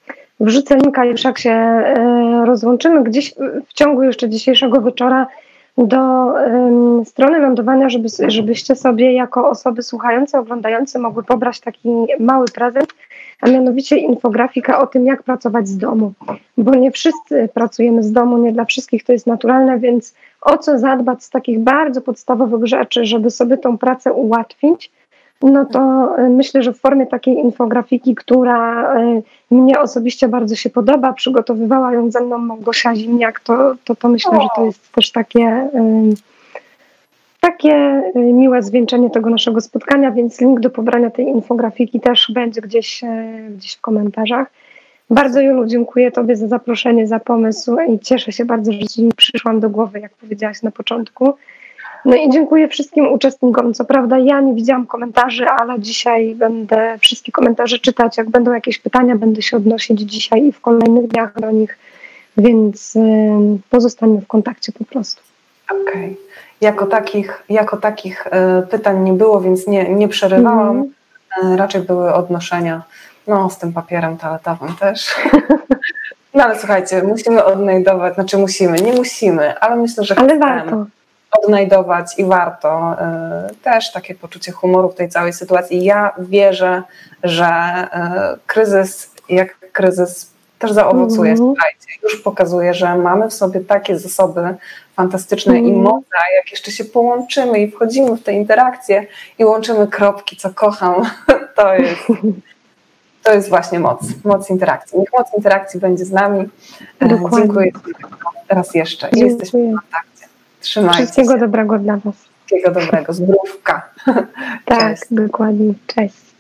wrzucę linka już jak się rozłączymy. Gdzieś w ciągu jeszcze dzisiejszego wieczora do um, strony lądowania, żeby, żebyście sobie jako osoby słuchające, oglądające mogły pobrać taki mały prezent, a mianowicie infografika o tym, jak pracować z domu. Bo nie wszyscy pracujemy z domu, nie dla wszystkich to jest naturalne, więc o co zadbać z takich bardzo podstawowych rzeczy, żeby sobie tą pracę ułatwić, no to myślę, że w formie takiej infografiki, która mnie osobiście bardzo się podoba, przygotowywała ją ze mną Małgosia Zimniak, to, to, to myślę, że to jest też takie, takie miłe zwieńczenie tego naszego spotkania, więc link do pobrania tej infografiki też będzie gdzieś, gdzieś w komentarzach. Bardzo, Julu, dziękuję Tobie za zaproszenie, za pomysł i cieszę się bardzo, że Ci przyszłam do głowy, jak powiedziałaś na początku. No i dziękuję wszystkim uczestnikom. Co prawda ja nie widziałam komentarzy, ale dzisiaj będę wszystkie komentarze czytać. Jak będą jakieś pytania, będę się odnosić dzisiaj i w kolejnych dniach do nich, więc pozostańmy w kontakcie po prostu. Okej. Okay. Jako takich, jako takich pytań nie było, więc nie, nie przerywałam. Mm. Raczej były odnoszenia, no z tym papierem toaletowym też. No ale słuchajcie, musimy odnajdować, znaczy musimy, nie musimy, ale myślę, że ale chcemy warto odnajdować i warto y, też takie poczucie humoru w tej całej sytuacji. Ja wierzę, że y, kryzys, jak kryzys też zaowocuje, mm. słuchajcie, już pokazuje, że mamy w sobie takie zasoby fantastyczne mm. i moce, a jak jeszcze się połączymy i wchodzimy w te interakcje i łączymy kropki, co kocham, to jest, to jest właśnie moc, moc interakcji. Niech moc interakcji będzie z nami. Dokładnie. Dziękuję raz jeszcze i jesteśmy w kontakcie. Trzymajcie Wszystkiego się. dobrego dla Was. Wszystkiego dobrego, zdrówka. Tak, Cześć. dokładnie. Cześć.